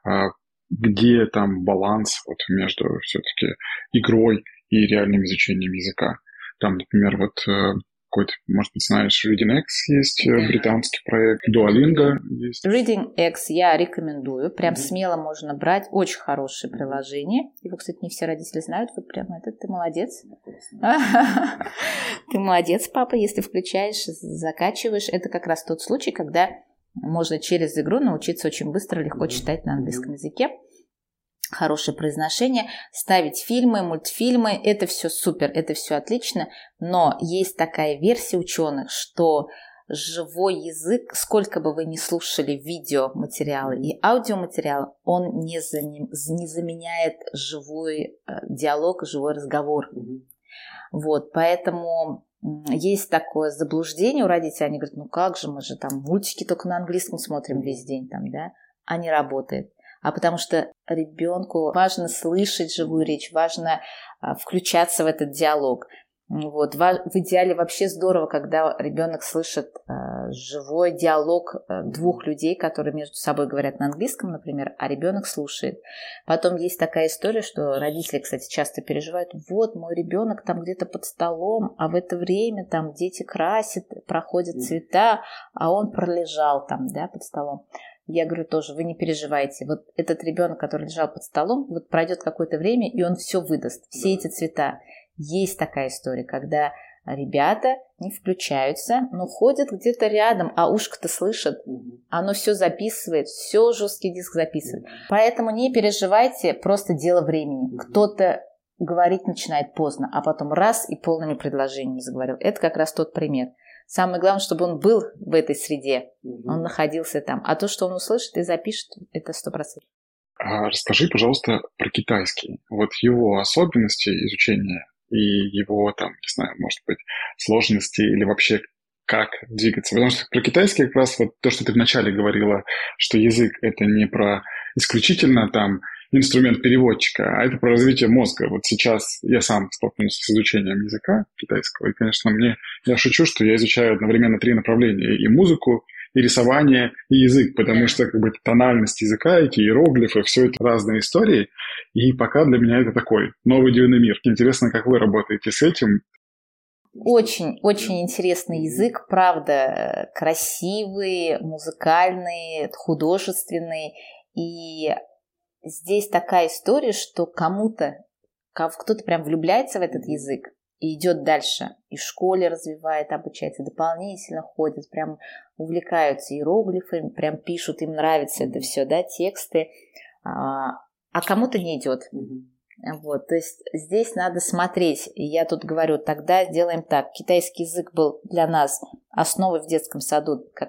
где там баланс вот, между все-таки игрой и реальным изучением языка? Там, например, вот какой-то, может быть, знаешь, ReadingX есть, британский проект, Duolingo есть. ReadingX я рекомендую, прям mm-hmm. смело можно брать, очень хорошее приложение. Его, кстати, не все родители знают, вот прям это, ты молодец. Ты молодец, папа, если включаешь, закачиваешь. Это как раз тот случай, когда можно через игру научиться очень быстро, легко читать на английском языке. Хорошее произношение, ставить фильмы, мультфильмы, это все супер, это все отлично, но есть такая версия ученых, что живой язык, сколько бы вы ни слушали видеоматериалы и аудиоматериалы, он не, за ним, не заменяет живой диалог, живой разговор. Mm-hmm. Вот, поэтому есть такое заблуждение у родителей, они говорят, ну как же, мы же там мультики только на английском смотрим весь день, там, да, а не работает. А потому что ребенку важно слышать живую речь, важно а, включаться в этот диалог. Вот. В идеале вообще здорово, когда ребенок слышит а, живой диалог а, двух людей, которые между собой говорят на английском, например, а ребенок слушает. Потом есть такая история, что родители, кстати, часто переживают, вот мой ребенок там где-то под столом, а в это время там дети красят, проходят цвета, а он пролежал там, да, под столом. Я говорю тоже, вы не переживайте. Вот этот ребенок, который лежал под столом, вот пройдет какое-то время, и он все выдаст, все эти цвета. Есть такая история, когда ребята не включаются, но ходят где-то рядом, а ушко-то слышит, оно все записывает, все жесткий диск записывает. Поэтому не переживайте, просто дело времени. Кто-то говорить начинает поздно, а потом раз и полными предложениями заговорил. Это как раз тот пример. Самое главное, чтобы он был в этой среде, mm-hmm. он находился там. А то, что он услышит и запишет, это сто процентов. А расскажи, пожалуйста, про китайский. Вот его особенности изучения и его, там, не знаю, может быть, сложности или вообще как двигаться. Потому что про китайский как раз вот то, что ты вначале говорила, что язык — это не про исключительно там инструмент переводчика, а это про развитие мозга. Вот сейчас я сам столкнулся с изучением языка китайского, и, конечно, мне я шучу, что я изучаю одновременно три направления: и музыку, и рисование, и язык, потому что как бы тональность языка, эти иероглифы, все это разные истории, и пока для меня это такой новый дивный мир. Интересно, как вы работаете с этим. Очень, очень интересный язык, правда, красивый, музыкальный, художественный. И здесь такая история, что кому-то, кто-то прям влюбляется в этот язык и идет дальше, и в школе развивает, обучается, дополнительно ходит, прям увлекаются иероглифами, прям пишут, им нравится это все, да, тексты, а, а кому-то не идет. Вот, то есть здесь надо смотреть. И я тут говорю, тогда делаем так. Китайский язык был для нас основой в детском саду, как,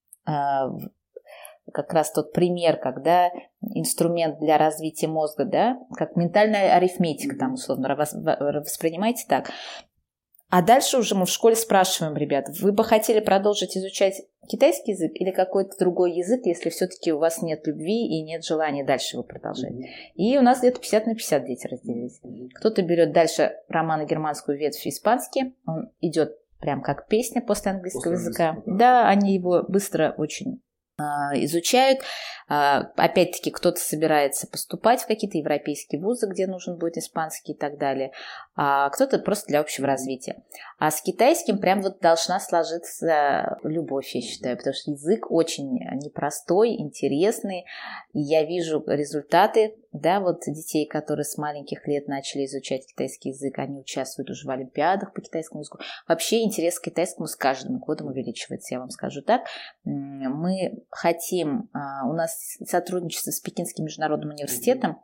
как раз тот пример, когда инструмент для развития мозга, да, как ментальная арифметика, там, условно, воспринимаете так. А дальше уже мы в школе спрашиваем, ребят, вы бы хотели продолжить изучать китайский язык или какой-то другой язык, если все-таки у вас нет любви и нет желания дальше его продолжать. И у нас где-то пятьдесят на пятьдесят дети разделились. Кто-то берет дальше романо-германскую ветвь испанский, он идет прям как песня после английского после языка. Английского, да. да, они его быстро очень изучают. Опять-таки, кто-то собирается поступать в какие-то европейские вузы, где нужен будет испанский и так далее, а кто-то просто для общего развития. А с китайским прям вот должна сложиться любовь, я считаю, потому что язык очень непростой, интересный, и я вижу результаты, да, вот детей, которые с маленьких лет начали изучать китайский язык, они участвуют уже в олимпиадах по китайскому языку. Вообще интерес к китайскому с каждым годом увеличивается, я вам скажу так. Мы хотим, у нас сотрудничество с Пекинским международным университетом,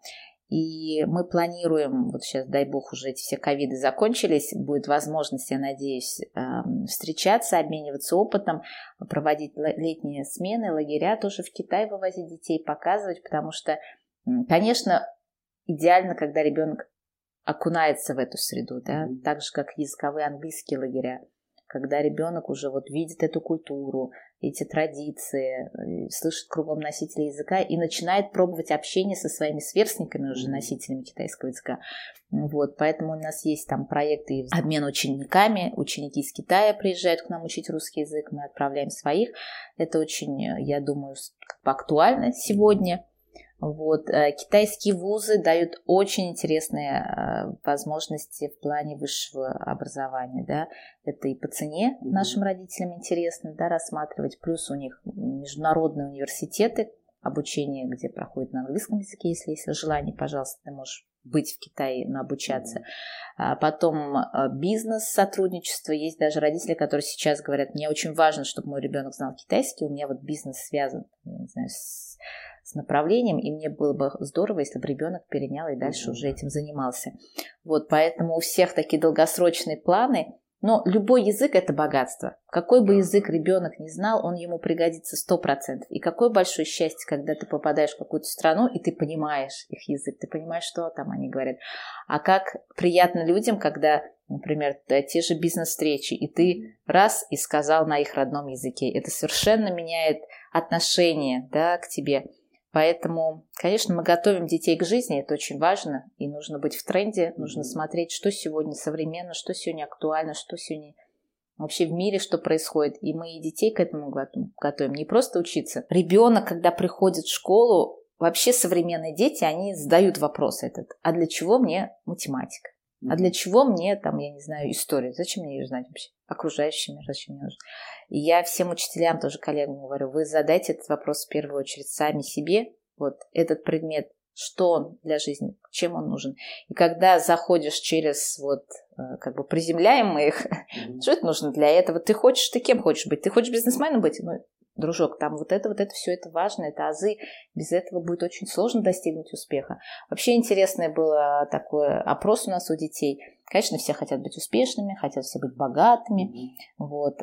и мы планируем, вот сейчас, дай бог, уже эти все ковиды закончились, будет возможность, я надеюсь, встречаться, обмениваться опытом, проводить летние смены, лагеря тоже в Китай, вывозить детей, показывать, потому что, конечно, идеально, когда ребенок окунается в эту среду, да, так же, как языковые английские лагеря, когда ребенок уже вот видит эту культуру, эти традиции, слышит кругом носителей языка и начинает пробовать общение со своими сверстниками, уже носителями китайского языка. Вот, поэтому у нас есть там проекты обмена учениками, ученики из Китая приезжают к нам учить русский язык, мы отправляем своих. Это очень, я думаю, как бы актуально сегодня. Вот. Китайские вузы дают очень интересные возможности в плане высшего образования. Да. Это и по цене нашим родителям интересно, да, рассматривать. Плюс у них международные университеты, обучение, где проходит на английском языке, если есть желание, пожалуйста, ты можешь быть в Китае, но обучаться. А потом бизнес, сотрудничество. Есть даже родители, которые сейчас говорят, мне очень важно, чтобы мой ребенок знал китайский, у меня вот бизнес связан, я не знаю, с с направлением, и мне было бы здорово, если бы ребенок перенял и дальше уже этим занимался. Вот, поэтому у всех такие долгосрочные планы, но любой язык – это богатство. Какой бы язык ребенок не знал, он ему пригодится сто процентов. И какое большое счастье, когда ты попадаешь в какую-то страну, и ты понимаешь их язык, ты понимаешь, что там они говорят. А как приятно людям, когда, например, те же бизнес-встречи, и ты раз и сказал на их родном языке. Это совершенно меняет отношение, да, к тебе. Поэтому, конечно, мы готовим детей к жизни, это очень важно, и нужно быть в тренде, нужно смотреть, что сегодня современно, что сегодня актуально, что сегодня вообще в мире, что происходит. И мы и детей к этому готовим, не просто учиться. Ребенок, когда приходит в школу, вообще современные дети, они задают вопрос этот, а для чего мне математика? А для чего мне, там, я не знаю, история? Зачем мне ее знать вообще? Окружающий мир, зачем мне нужно? И я всем учителям, тоже коллегам говорю, вы задайте этот вопрос в первую очередь сами себе. Вот этот предмет, что он для жизни, чем он нужен. И когда заходишь через, вот, как бы приземляем мы их, mm-hmm. что это нужно для этого? Ты хочешь, ты кем хочешь быть? Ты хочешь бизнесменом быть? Ну, дружок, там вот это, вот это все это важно, это азы. Без этого будет очень сложно достигнуть успеха. Вообще интересный был такой опрос у нас у детей. Конечно, все хотят быть успешными, хотят все быть богатыми. Mm-hmm. Вот.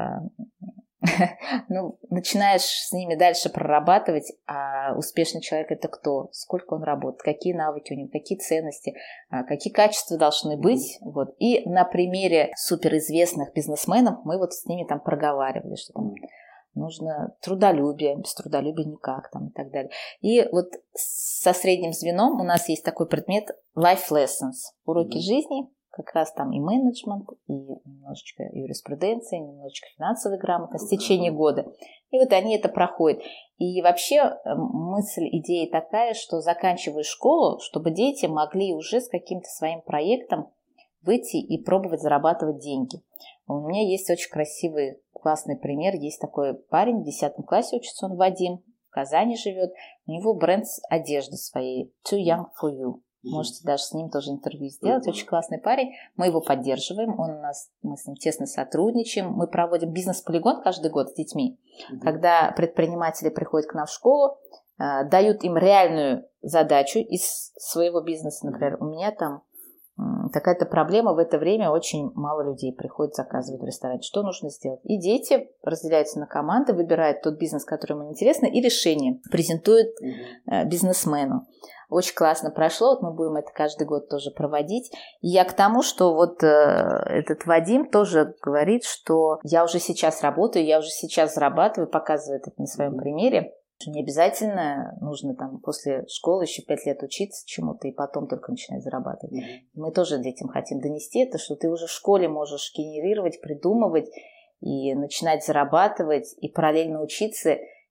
Ну, начинаешь с ними дальше прорабатывать, а успешный человек – это кто? Сколько он работает? Какие навыки у него? Какие ценности? Какие качества должны быть? Вот. И на примере суперизвестных бизнесменов мы вот с ними там проговаривали, что там нужно трудолюбие, без трудолюбия никак там и так далее. И вот со средним звеном у нас есть такой предмет life lessons, уроки mm-hmm. жизни, как раз там и менеджмент, и немножечко юриспруденции, немножечко финансовой грамотности в течение года. И вот они это проходят. И вообще мысль, идея такая, что заканчивая школу, чтобы дети могли уже с каким-то своим проектом выйти и пробовать зарабатывать деньги. У меня есть очень красивый, классный пример. Есть такой парень, в десятом классе учится, он Вадим, в Казани живет. У него бренд одежды своей, Too Young for You. Можете даже с ним тоже интервью сделать. Очень классный парень. Мы его поддерживаем. Он у нас, мы с ним тесно сотрудничаем. Мы проводим бизнес-полигон каждый год с детьми. Mm-hmm. Когда предприниматели приходят к нам в школу, э, дают им реальную задачу из своего бизнеса. Например, у меня там э, такая-то проблема. В это время очень мало людей приходит, заказывают в ресторане. Что нужно сделать? И дети разделяются на команды, выбирают тот бизнес, который им интересно, и решение презентуют э, бизнесмену. Очень классно прошло, вот мы будем это каждый год тоже проводить. И я к тому, что вот э, этот Вадим тоже говорит, что я уже сейчас работаю, я уже сейчас зарабатываю, показывает это на своем примере. Не обязательно нужно там после школы еще пять лет учиться чему-то и потом только начинать зарабатывать. Mm-hmm. Мы тоже детям хотим донести это, что ты уже в школе можешь генерировать, придумывать и начинать зарабатывать и параллельно учиться.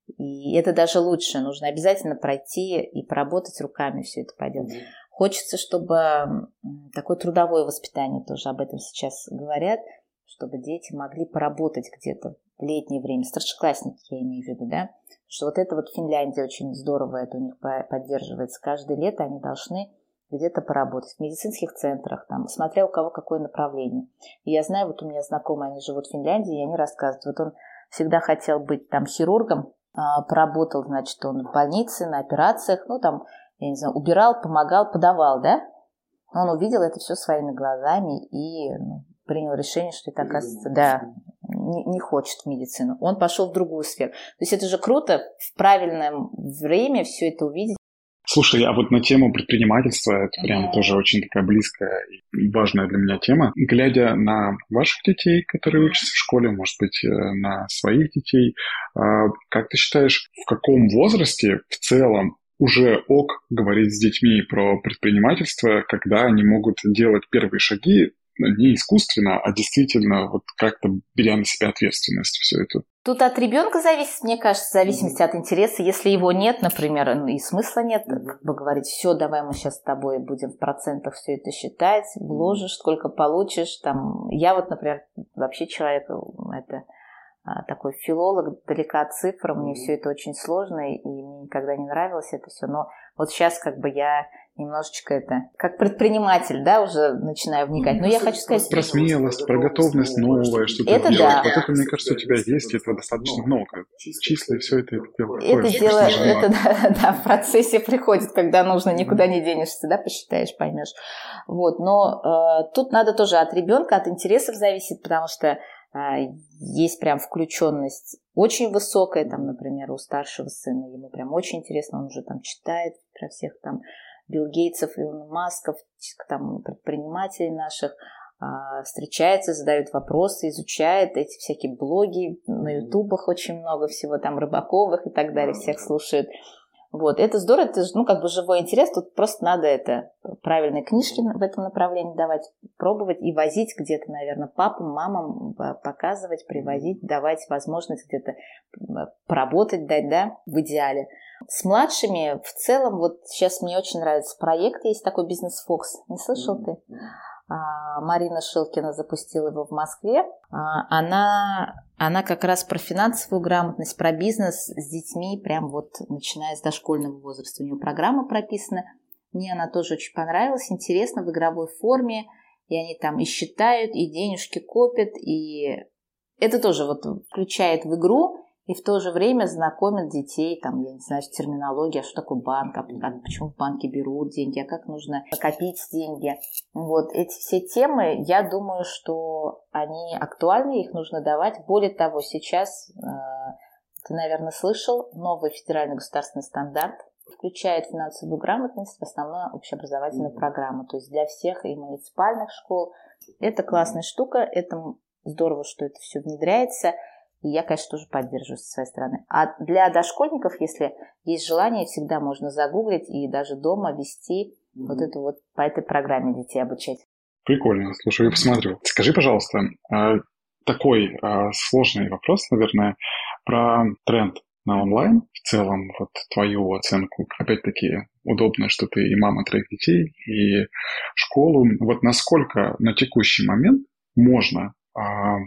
И это даже лучше. Нужно обязательно пройти и поработать руками, все это пойдет. Mm-hmm. Хочется, чтобы такое трудовое воспитание, тоже об этом сейчас говорят, чтобы дети могли поработать где-то в летнее время. Старшеклассники, я имею в виду, да. Что вот это вот в Финляндии очень здорово, это у них поддерживается. Каждое лето они должны где-то поработать. В медицинских центрах, там, смотря у кого какое направление. И я знаю, вот у меня знакомые, они живут в Финляндии, и они рассказывают, вот он всегда хотел быть там хирургом, поработал, значит, он в больнице, на операциях, ну, там, я не знаю, убирал, помогал, подавал, да? Но он увидел это все своими глазами и ну, принял решение, что это, оказывается, да, не, не хочет в медицину. Он пошел в другую сферу. То есть это же круто в правильное время все это увидеть. Слушай, а вот на тему предпринимательства, это прям mm-hmm. тоже очень такая близкая и важная для меня тема. Глядя на ваших детей, которые учатся в школе, может быть, на своих детей, как ты считаешь, в каком возрасте в целом уже ок говорить с детьми про предпринимательство, когда они могут делать первые шаги не искусственно, а действительно вот как-то беря на себя ответственность все это? Тут от ребенка зависит, мне кажется, в зависимости mm-hmm. от интереса. Если его нет, например, и смысла нет, mm-hmm. как бы говорить, все, давай мы сейчас с тобой будем в процентах все это считать, вложишь, сколько получишь. Там. Я вот, например, вообще человек, это такой филолог, далека от цифр, мне mm-hmm. все это очень сложно, и мне никогда не нравилось это все. Но вот сейчас как бы я немножечко это, как предприниматель, да, уже начинаю вникать. Но ну, я хочу сказать... Про смелость, про готовность новое, что-то это делать. Да. Вот это, мне кажется, у тебя есть, и этого достаточно много. Числа и все это, это дело. Это дело, это да, да, в процессе приходит, когда нужно, никуда не денешься, да, посчитаешь, поймешь. Вот, но э, тут надо тоже от ребенка, от интересов зависит, потому что э, есть прям включенность очень высокая, там, например, у старшего сына, ему прям очень интересно, он уже там читает про всех там Билл Гейтсов, Илона Масков, там, предпринимателей наших, а, встречается, задают вопросы, изучает эти всякие блоги, на ютубах очень много всего, там, Рыбаковых и так далее, всех слушают. Вот, это здорово, это ну, как бы живой интерес, тут просто надо это, правильные книжки в этом направлении давать, пробовать и возить где-то, наверное, папам, мамам, показывать, привозить, давать возможность где-то поработать, дать, да, в идеале. С младшими в целом, вот сейчас мне очень нравится проект, есть такой «Бизнес Фокс», не слышал ты? Марина Шилкина запустила его в Москве. Она, она как раз про финансовую грамотность, про бизнес с детьми, прям вот начиная с дошкольного возраста. У нее программа прописана. Мне она тоже очень понравилась, интересно, в игровой форме. И они там и считают, и денежки копят. И это тоже вот включает в игру и в то же время знакомит детей, там, я не знаю, с терминологией, а что такое банк, а почему в банке берут деньги, а как нужно накопить деньги. Вот эти все темы, я думаю, что они актуальны, их нужно давать. Более того, сейчас, ты, наверное, слышал, новый федеральный государственный стандарт включает финансовую грамотность в основную общеобразовательную mm-hmm. программу, то есть для всех и муниципальных школ. Это классная штука, это здорово, что это все внедряется. И я, конечно, тоже поддерживаю со своей стороны. А для дошкольников, если есть желание, всегда можно загуглить и даже дома вести mm-hmm. вот эту вот по этой программе детей обучать. Прикольно, слушай, я посмотрю. Скажи, пожалуйста, такой сложный вопрос, наверное, про тренд на онлайн в целом, вот твою оценку. Опять-таки, удобно, что ты и мама троих детей, и школу. Вот насколько на текущий момент можно а,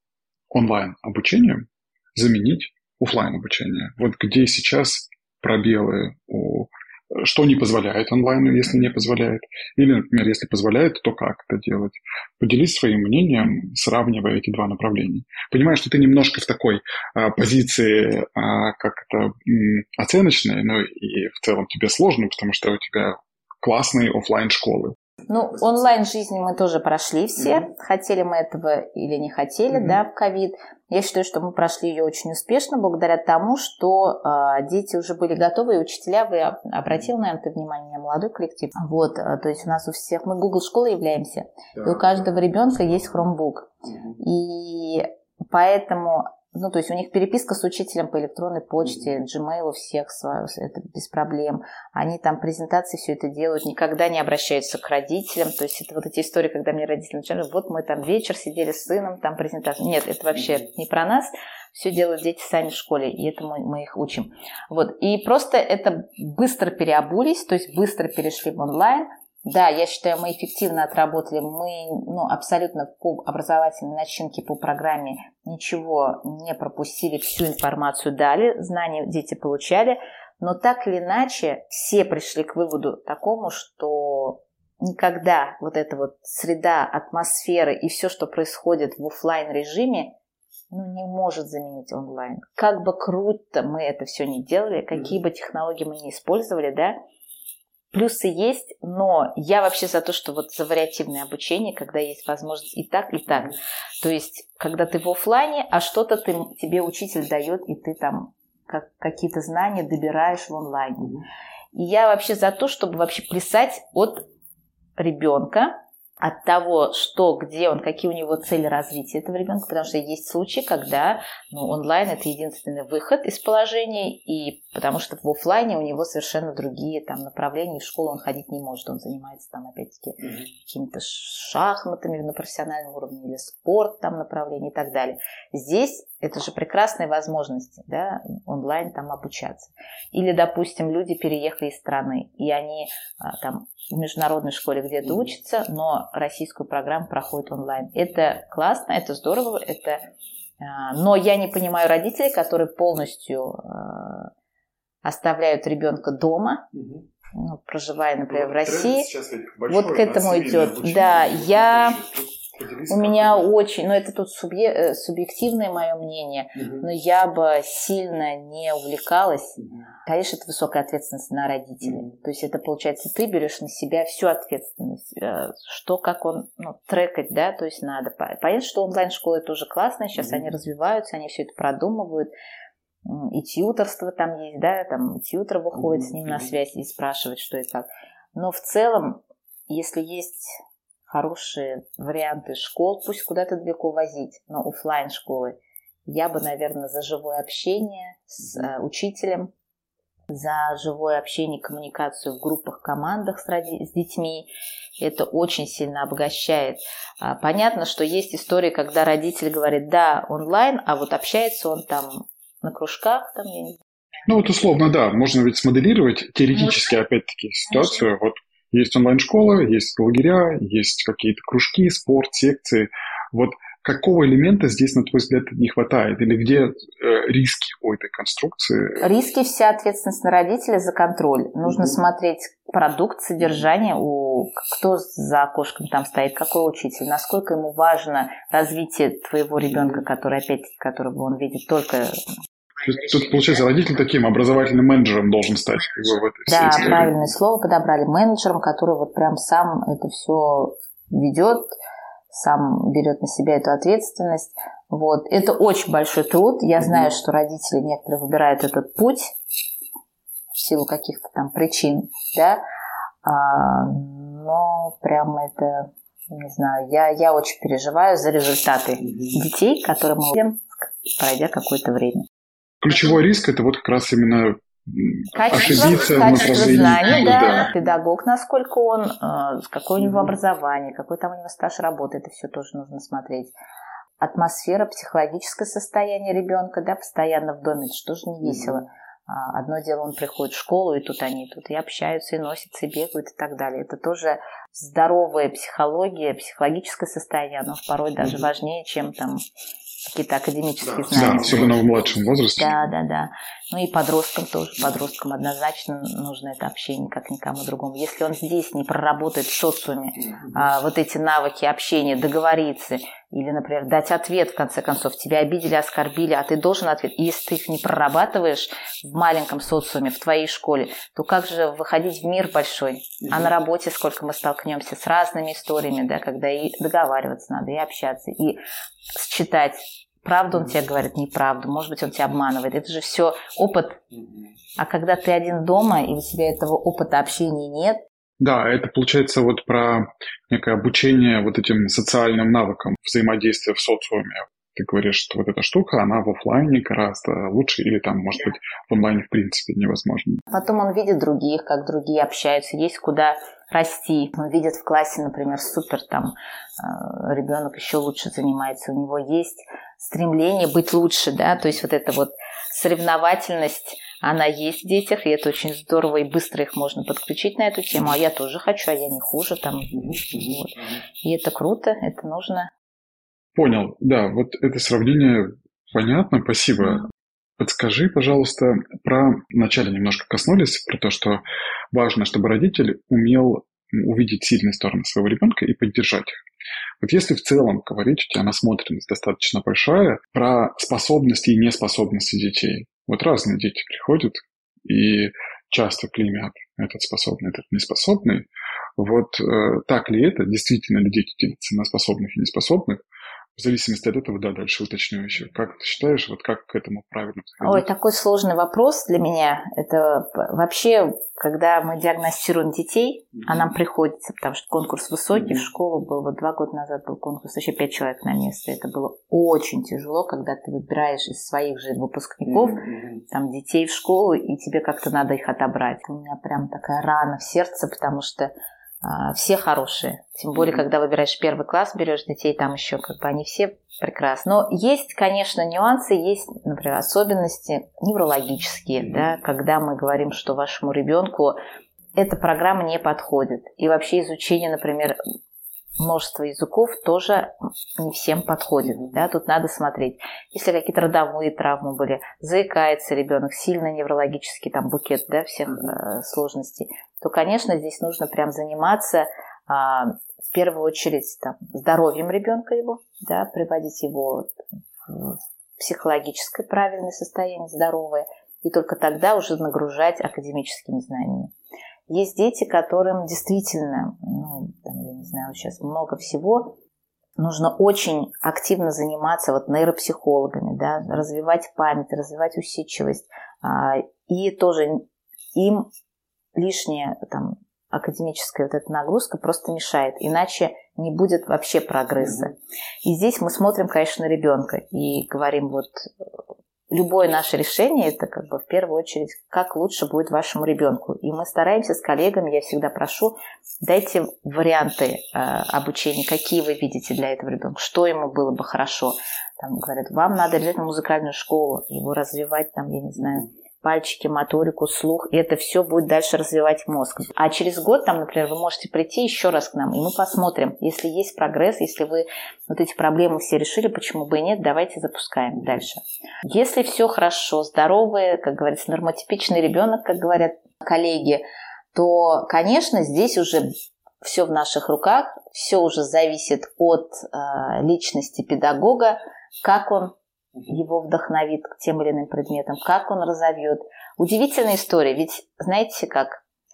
онлайн обучению заменить офлайн обучение? Вот где сейчас пробелы у... Что не позволяет онлайну, если не позволяет? Или, например, если позволяет, то как это делать? Поделись своим мнением, сравнивая эти два направления. Понимаю, что ты немножко в такой а, позиции, а, как это, м, оценочной, но и в целом тебе сложно, потому что у тебя классные офлайн школы. Ну, онлайн-жизнь мы тоже прошли все. Mm-hmm. Хотели мы этого или не хотели, mm-hmm. да, в ковид. Я считаю, что мы прошли ее очень успешно, благодаря тому, что э, дети уже были готовы, и учителя, вы обратил, наверное, ты внимание на молодой коллектив. Вот, э, то есть у нас у всех, мы Google школы являемся, да, и у каждого ребенка есть Chromebook. Mm-hmm. И поэтому... Ну, то есть у них переписка с учителем по электронной почте, Gmail у всех, это без проблем. Они там презентации все это делают, никогда не обращаются к родителям. То есть это вот эти истории, когда мне родители начали, вот мы там вечер сидели с сыном, там презентация. Нет, это вообще не про нас. Все делают дети сами в школе, и этому мы их учим. Вот. И просто это быстро переобулись, то есть быстро перешли в онлайн. Да, я считаю, мы эффективно отработали, мы ну, абсолютно по образовательной начинке, по программе ничего не пропустили, всю информацию дали, знания дети получали, но так или иначе все пришли к выводу такому, что никогда вот эта вот среда, атмосфера и все, что происходит в офлайн режиме, ну, не может заменить онлайн. Как бы круто мы это все не делали, какие бы технологии мы не использовали, да, плюсы есть, но я вообще за то, что вот за вариативное обучение, когда есть возможность и так, и так. То есть, когда ты в офлайне, а что-то ты, тебе учитель дает, и ты там как, какие-то знания добираешь в онлайне. И я вообще за то, чтобы вообще плясать от ребенка, от того, что, где он, какие у него цели развития этого ребенка, потому что есть случаи, когда ну, онлайн – это единственный выход из положения, и потому что в офлайне у него совершенно другие там, направления, в школу он ходить не может, он занимается там, опять-таки, mm-hmm. какими-то шахматами на профессиональном уровне, или спорт там направление и так далее. Здесь это же прекрасные возможности, да, онлайн там обучаться. Или, допустим, люди переехали из страны, и они там в международной школе где-то учатся, но российскую программу проходят онлайн. Это классно, это здорово, это... но я не понимаю родителей, которые полностью оставляют ребенка дома, ну, проживая, например, в России. Вот к этому идет. Да, я... У меня очень, ну это тут субъе, субъективное мое мнение, угу. но я бы сильно не увлекалась. Угу. Конечно, это высокая ответственность на родителей. Угу. То есть это, получается, ты берешь на себя всю ответственность. Что, как он, ну, трекать, да, то есть надо. Понятно, что онлайн-школы тоже классные, сейчас угу. они развиваются, они все это продумывают. И тьюторство там есть, да, там тьютор выходит угу. с ним на связь и спрашивает, что и как. Но в целом, если есть... хорошие варианты школ, пусть куда-то далеко возить, но офлайн школы. Я бы, наверное, за живое общение с э, учителем, за живое общение, коммуникацию в группах, командах с, роди- с детьми. Это очень сильно обогащает. А, понятно, что есть истории, когда родитель говорит, да, онлайн, а вот общается он там на кружках, там, я не знаю. Ну вот условно, да, можно ведь смоделировать теоретически, можно? Опять-таки, ситуацию, можно. Вот есть онлайн-школа, есть лагеря, есть какие-то кружки, спорт, секции. Вот какого элемента здесь, на твой взгляд, не хватает? Или где э, риски у этой конструкции? Риски – вся ответственность на родителя за контроль. Нужно mm-hmm. смотреть продукт, содержание, у, кто за окошком там стоит, какой учитель, насколько ему важно развитие твоего ребенка, который, опять-таки, которого он видит только... Тут, получается, родитель таким образовательным менеджером должен стать. Как бы, в этой да, истории. Правильное слово подобрали. Менеджером, который вот прям сам это все ведет, сам берет на себя эту ответственность. Вот. Это очень большой труд. Я знаю, что родители некоторые выбирают этот путь в силу каких-то там причин, да, а, но прям это, не знаю, я, я очень переживаю за результаты детей, которые мы видим, пройдя какое-то время. Ключевой риск – это вот как раз именно Качество, ошибиться в качество направлении. знаний, да, Да. педагог, насколько он, э, какое у него образование, какой там у него стаж работы, это все тоже нужно смотреть. Атмосфера, психологическое состояние ребенка, да, постоянно в доме, это же тоже не весело. А, одно дело, он приходит в школу, и тут они тут и общаются, и носятся, и бегают, и так далее. Это тоже здоровая психология, психологическое состояние, оно порой даже важнее, чем там какие-то академические знания. Да, особенно в младшем возрасте. Да, да, да. Ну и подросткам тоже. Подросткам однозначно нужно это общение, как никому другому. Если он здесь не проработает в социуме а, вот эти навыки общения, договориться, или, например, дать ответ, в конце концов, тебя обидели, оскорбили, а ты должен ответить. И если ты их не прорабатываешь в маленьком социуме, в твоей школе, то как же выходить в мир большой? А на работе сколько мы столкнемся с разными историями, да, когда и договариваться надо, и общаться, и считать, правду он тебе говорит, неправду, может быть, он тебя обманывает. Это же все опыт. А когда ты один дома, и у тебя этого опыта общения нет. Да, это получается вот про некое обучение вот этим социальным навыкам взаимодействия в социуме. Ты говоришь, что вот эта штука, она в офлайне гораздо лучше, или там, может быть, в онлайне в принципе невозможно. Потом он видит других, как другие общаются, есть куда расти. Он видит в классе, например, супер, там, ребенок еще лучше занимается, у него есть стремление быть лучше, да, то есть вот эта вот соревновательность, она есть в детях, и это очень здорово, и быстро их можно подключить на эту тему, а я тоже хочу, а я не хуже, там, вот. И это круто, это нужно. Понял, да, вот это сравнение понятно, спасибо. Подскажи, пожалуйста, про, вначале немножко коснулись, про то, что важно, чтобы родитель умел увидеть сильные стороны своего ребенка и поддержать их. Вот если в целом говорить, у тебя насмотренность достаточно большая, про способности и неспособности детей. Вот разные дети приходят и часто клеймят этот способный, этот неспособный. Вот э, так ли это? Действительно ли дети делятся на способных и неспособных? В зависимости от этого, да, дальше уточню еще. Как ты считаешь, вот как к этому правильно подходить? Ой, такой сложный вопрос для меня. Это вообще, когда мы диагностируем детей, mm-hmm. а нам приходится, потому что конкурс высокий, mm-hmm. в школу был, вот два года назад был конкурс, еще пять человек на место. Это было очень тяжело, когда ты выбираешь из своих же выпускников, mm-hmm. там, детей в школу, и тебе как-то надо их отобрать. У меня прям такая рана в сердце, потому что все хорошие. Тем более, когда выбираешь первый класс, берешь детей, там еще как бы они все прекрасны. Но есть, конечно, нюансы, есть, например, особенности неврологические, да, когда мы говорим, что вашему ребенку эта программа не подходит. И вообще изучение, например, множество языков тоже не всем подходит. Да? Тут надо смотреть. Если какие-то родовые травмы были, заикается ребенок, сильно неврологический, там букет, да, всех э, сложностей, то, конечно, здесь нужно прям заниматься э, в первую очередь там, здоровьем ребенка его, да, приводить его в психологическое правильное состояние, здоровое, и только тогда уже нагружать академическими знаниями. Есть дети, которым действительно, ну, там, я не знаю, сейчас много всего, нужно очень активно заниматься вот нейропсихологами, да, развивать память, развивать усидчивость. И тоже им лишняя там, академическая вот эта нагрузка просто мешает, иначе не будет вообще прогресса. И здесь мы смотрим, конечно, на ребенка и говорим, вот любое наше решение, это как бы в первую очередь, как лучше будет вашему ребенку. И мы стараемся с коллегами, я всегда прошу, дайте варианты э, обучения, какие вы видите для этого ребенка, что ему было бы хорошо. Там говорят, вам надо обязательно музыкальную школу, его развивать, там, я не знаю, пальчики, моторику, слух, и это все будет дальше развивать мозг. А через год, там, например, вы можете прийти еще раз к нам, и мы посмотрим, если есть прогресс, если вы вот эти проблемы все решили, почему бы и нет, давайте запускаем дальше. Если все хорошо, здоровый, как говорится, нормотипичный ребенок, как говорят коллеги, то, конечно, здесь уже все в наших руках, все уже зависит от э, личности педагога, как он его вдохновит к тем или иным предметам, как он разовьет. Удивительная история, ведь знаете как,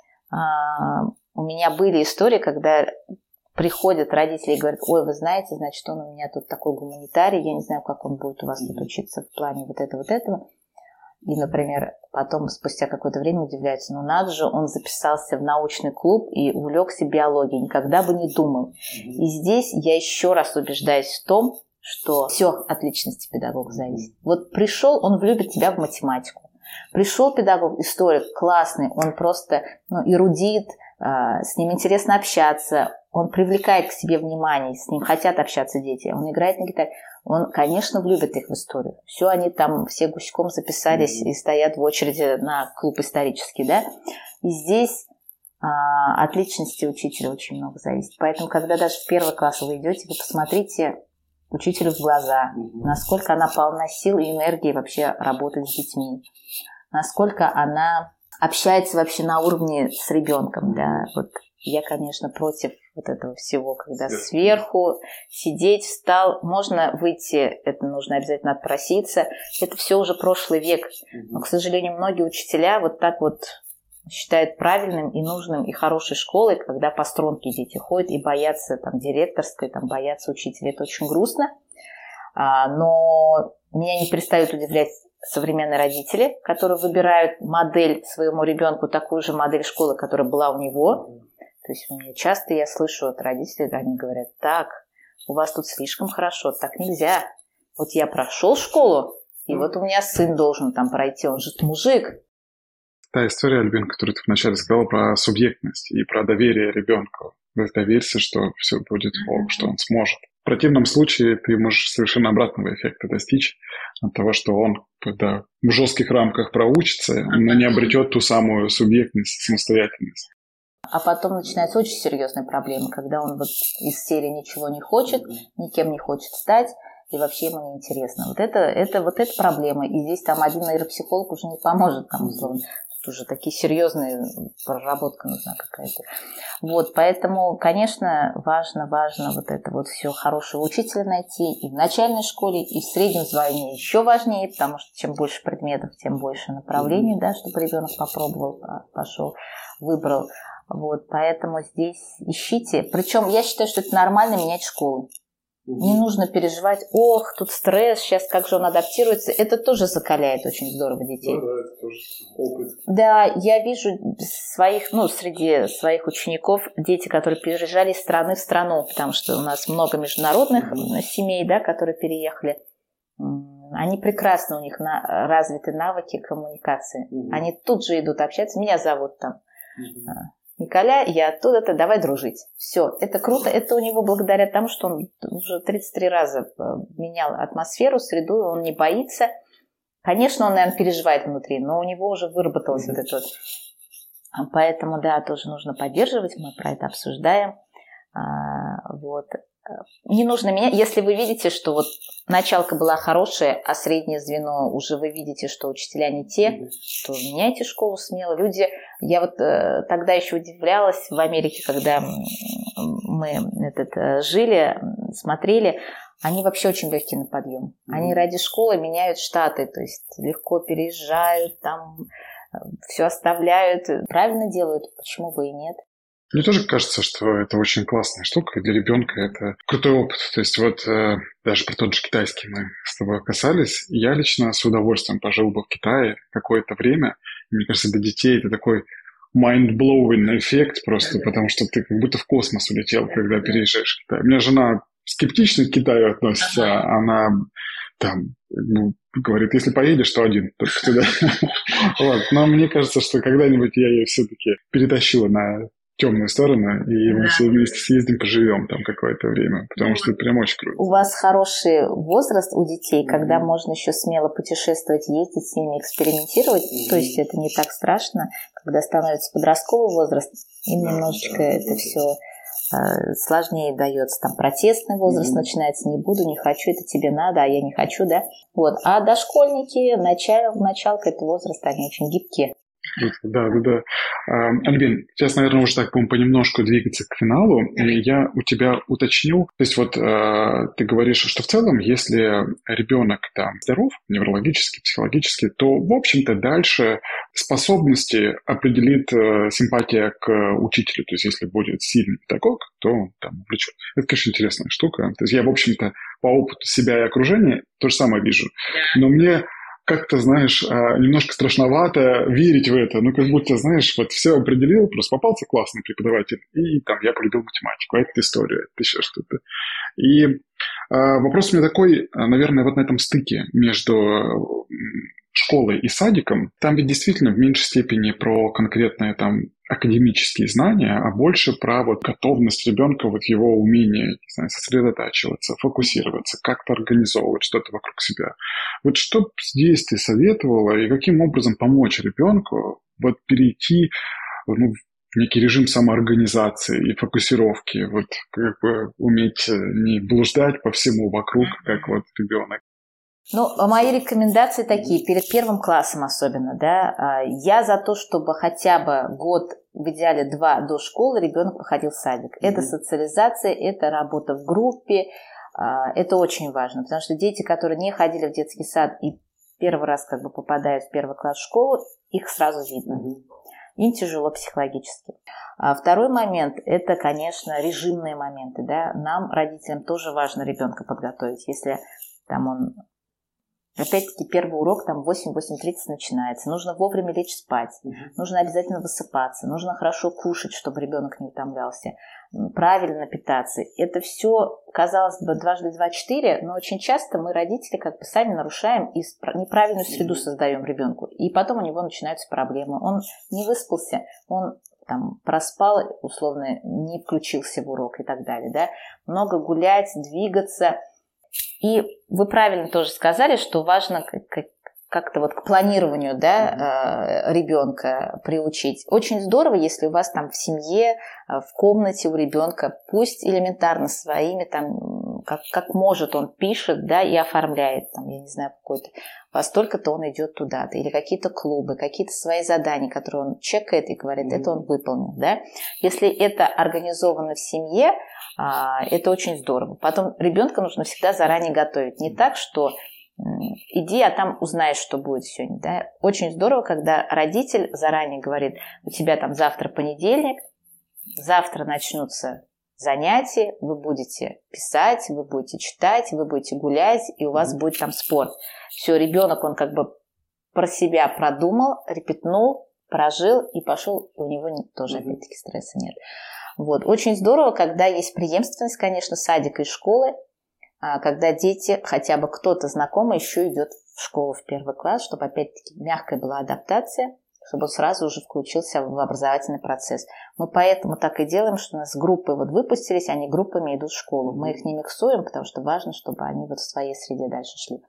а, у меня были истории, когда приходят родители и говорят, ой, вы знаете, значит, он у меня тут такой гуманитарий, я не знаю, как он будет у вас тут учиться в плане вот этого, вот этого. И, например, потом спустя какое-то время удивляются, ну надо же, он записался в научный клуб и увлекся биологией, никогда бы не думал. И здесь я еще раз убеждаюсь в том, что все от личности педагога зависит. Вот пришел, он влюбит тебя в математику. Пришел педагог, историк, классный, он просто ну, эрудит, с ним интересно общаться, он привлекает к себе внимание, с ним хотят общаться дети, он играет на гитаре, он, конечно, влюбит их в историю. Все, они там все гуськом записались и стоят в очереди на клуб исторический, да. И здесь а, от личности учителя очень много зависит. Поэтому, когда даже в первый класс вы идете, вы посмотрите учителю в глаза, насколько она полна сил и энергии вообще работать с детьми, насколько она общается вообще на уровне с ребенком, да, вот я, конечно, против вот этого всего, когда сверху сидеть, встал, можно выйти, это нужно обязательно отпроситься, это все уже прошлый век, но, к сожалению, многие учителя вот так вот считают правильным и нужным и хорошей школой, когда по струнке дети ходят и боятся там директорской, там боятся учителя, это очень грустно, но меня не перестают удивлять современные родители, которые выбирают модель своему ребенку, такую же модель школы, которая была у него. То есть у меня часто я слышу от родителей, они говорят, так, у вас тут слишком хорошо, так нельзя. Вот я прошел школу, и вот у меня сын должен там пройти, он же мужик. Та история, Альбин, которую ты вначале сказала про субъектность и про доверие ребенку. Вы доверься, что все будет ок, что он сможет. В противном случае ты можешь совершенно обратного эффекта достичь от того, что он когда в жестких рамках проучится, но не обретет ту самую субъектность, самостоятельность. А потом начинаются очень серьезные проблемы, когда он вот из серии ничего не хочет, никем не хочет стать, и вообще ему не интересно. Вот это, это, вот это проблема. И здесь там один нейропсихолог уже не поможет, там, условно. Тут уже такие серьезные проработка нужна какая-то. Вот, поэтому, конечно, важно, важно вот это вот все хорошего учителя найти и в начальной школе, и в среднем звании еще важнее, потому что чем больше предметов, тем больше направлений, mm-hmm. да, чтобы ребенок попробовал, пошел, выбрал. Вот, поэтому здесь ищите. Причем я считаю, что это нормально менять школу. Не нужно переживать, ох, тут стресс, сейчас как же он адаптируется. Это тоже закаляет очень здорово детей. Да, да, это тоже опыт. Да, я вижу своих, ну, среди своих учеников дети, которые переезжали из страны в страну, потому что у нас много международных mm-hmm. семей, да, которые переехали. Они прекрасно, у них на, развиты навыки коммуникации. Mm-hmm. Они тут же идут общаться. Меня зовут там mm-hmm. Николя, я оттуда-то, давай дружить. Все, это круто. Это у него благодаря тому, что он уже тридцать три раза менял атмосферу, среду, он не боится. Конечно, он, наверное, переживает внутри, но у него уже выработалось mm-hmm. вот это вот. Поэтому, да, тоже нужно поддерживать, мы про это обсуждаем. Вот. Не нужно менять, если вы видите, что вот началка была хорошая, а среднее звено уже вы видите, что учителя не те, то меняйте школу смело. Люди, я вот э, тогда еще удивлялась в Америке, когда мы этот, э, жили, смотрели, они вообще очень легкие на подъем. Они ради школы меняют штаты, то есть легко переезжают, там э, все оставляют, правильно делают, почему бы и нет. Мне тоже кажется, что это очень классная штука, для ребенка это крутой опыт. То есть вот э, даже про тот же китайский мы с тобой касались. Я лично с удовольствием пожил бы в Китае какое-то время. И мне кажется, для детей это такой mind-blowing эффект просто, потому что ты как будто в космос улетел, когда переезжаешь в Китай. У меня жена скептично к Китаю относится, она там ну, говорит, если поедешь, то один только туда. Вот. Но мне кажется, что когда-нибудь я ее все-таки перетащила на темную сторону, и мы да. все вместе съездим, поживем там какое-то время, потому что это прям очень круто. У вас хороший возраст у детей, mm-hmm. когда можно еще смело путешествовать, ездить с ними, экспериментировать, mm-hmm. то есть это не так страшно, когда становится подростковый возраст, им да, немножечко да, это да. все э, сложнее дается, там протестный возраст mm-hmm. начинается, не буду, не хочу, это тебе надо, а я не хочу, да, вот, а дошкольники, начал, началка, это возраст, они очень гибкие. Да, да, да. Альбин, сейчас, наверное, уже так будем понемножку двигаться к финалу. И я у тебя уточню. То есть вот ты говоришь, что в целом, если ребенок там здоров, неврологически, психологически, то, в общем-то, дальше способности определит симпатия к учителю. То есть если будет сильный педагог, то он там увлечет. Это, конечно, интересная штука. То есть я, в общем-то, по опыту себя и окружения то же самое вижу. Но мне как-то, знаешь, немножко страшновато верить в это. Ну, как будто, знаешь, вот все определил, просто попался классный преподаватель, и там я полюбил математику, а это история, это еще что-то. И Вопрос у меня такой, наверное, вот на этом стыке между школой и садиком. Там ведь действительно в меньшей степени про конкретные там академические знания, а больше про вот готовность ребенка, вот его умение, не знаю, сосредотачиваться, фокусироваться, как-то организовывать что-то вокруг себя. Вот что здесь ты советовала и каким образом помочь ребенку вот перейти, ну, в некий режим самоорганизации и фокусировки, вот как бы уметь не блуждать по всему вокруг, как вот ребенок. Ну, мои рекомендации такие, перед первым классом особенно, да, я за то, чтобы хотя бы год, в идеале два до школы ребенок походил в садик. Mm-hmm. Это социализация, это работа в группе, это очень важно, потому что дети, которые не ходили в детский сад и первый раз как бы попадают в первый класс в школу, их сразу видно. Mm-hmm. Им тяжело психологически. А второй момент – это, конечно, режимные моменты, да. Нам, родителям, тоже важно ребенка подготовить, если там он… Опять-таки, первый урок там в восемь-восемь тридцать начинается. Нужно вовремя лечь спать. Mm-hmm. Нужно обязательно высыпаться. Нужно хорошо кушать, чтобы ребенок не утомлялся. Правильно питаться. Это все, казалось бы, дважды два – четыре, но очень часто мы, родители, как бы сами нарушаем и неправильную среду создаем ребенку. И потом у него начинаются проблемы. Он не выспался, он там проспал, условно, не включился в урок и так далее. Да? Много гулять, двигаться. И вы правильно тоже сказали, что важно как-то вот к планированию, да, mm-hmm. ребенка приучить. Очень здорово, если у вас там в семье, в комнате у ребенка, пусть элементарно своими, там, как, как может он пишет, да, и оформляет, там, я не знаю, какой-то, во столько-то он идет туда-то, или какие-то клубы, какие-то свои задания, которые он чекает и говорит, mm-hmm. это он выполнил, да. Если это организовано в семье, это очень здорово. Потом ребенка нужно всегда заранее готовить. Не так, что иди, а там узнаешь, что будет сегодня. Да? Очень здорово, когда родитель заранее говорит, у тебя там завтра понедельник, завтра начнутся занятия, вы будете писать, вы будете читать, вы будете гулять, и у вас будет там спорт. Все, ребенок, он как бы про себя продумал, репетнул, прожил и пошел, и у него тоже, опять-таки, стресса нет. Вот. Очень здорово, когда есть преемственность, конечно, садика и школы, когда дети, хотя бы кто-то знакомый еще идет в школу в первый класс, чтобы опять-таки мягкая была адаптация, чтобы он сразу уже включился в образовательный процесс. Мы поэтому так и делаем, что у нас группы вот выпустились, они группами идут в школу. Мы их не миксуем, потому что важно, чтобы они вот в своей среде дальше шли.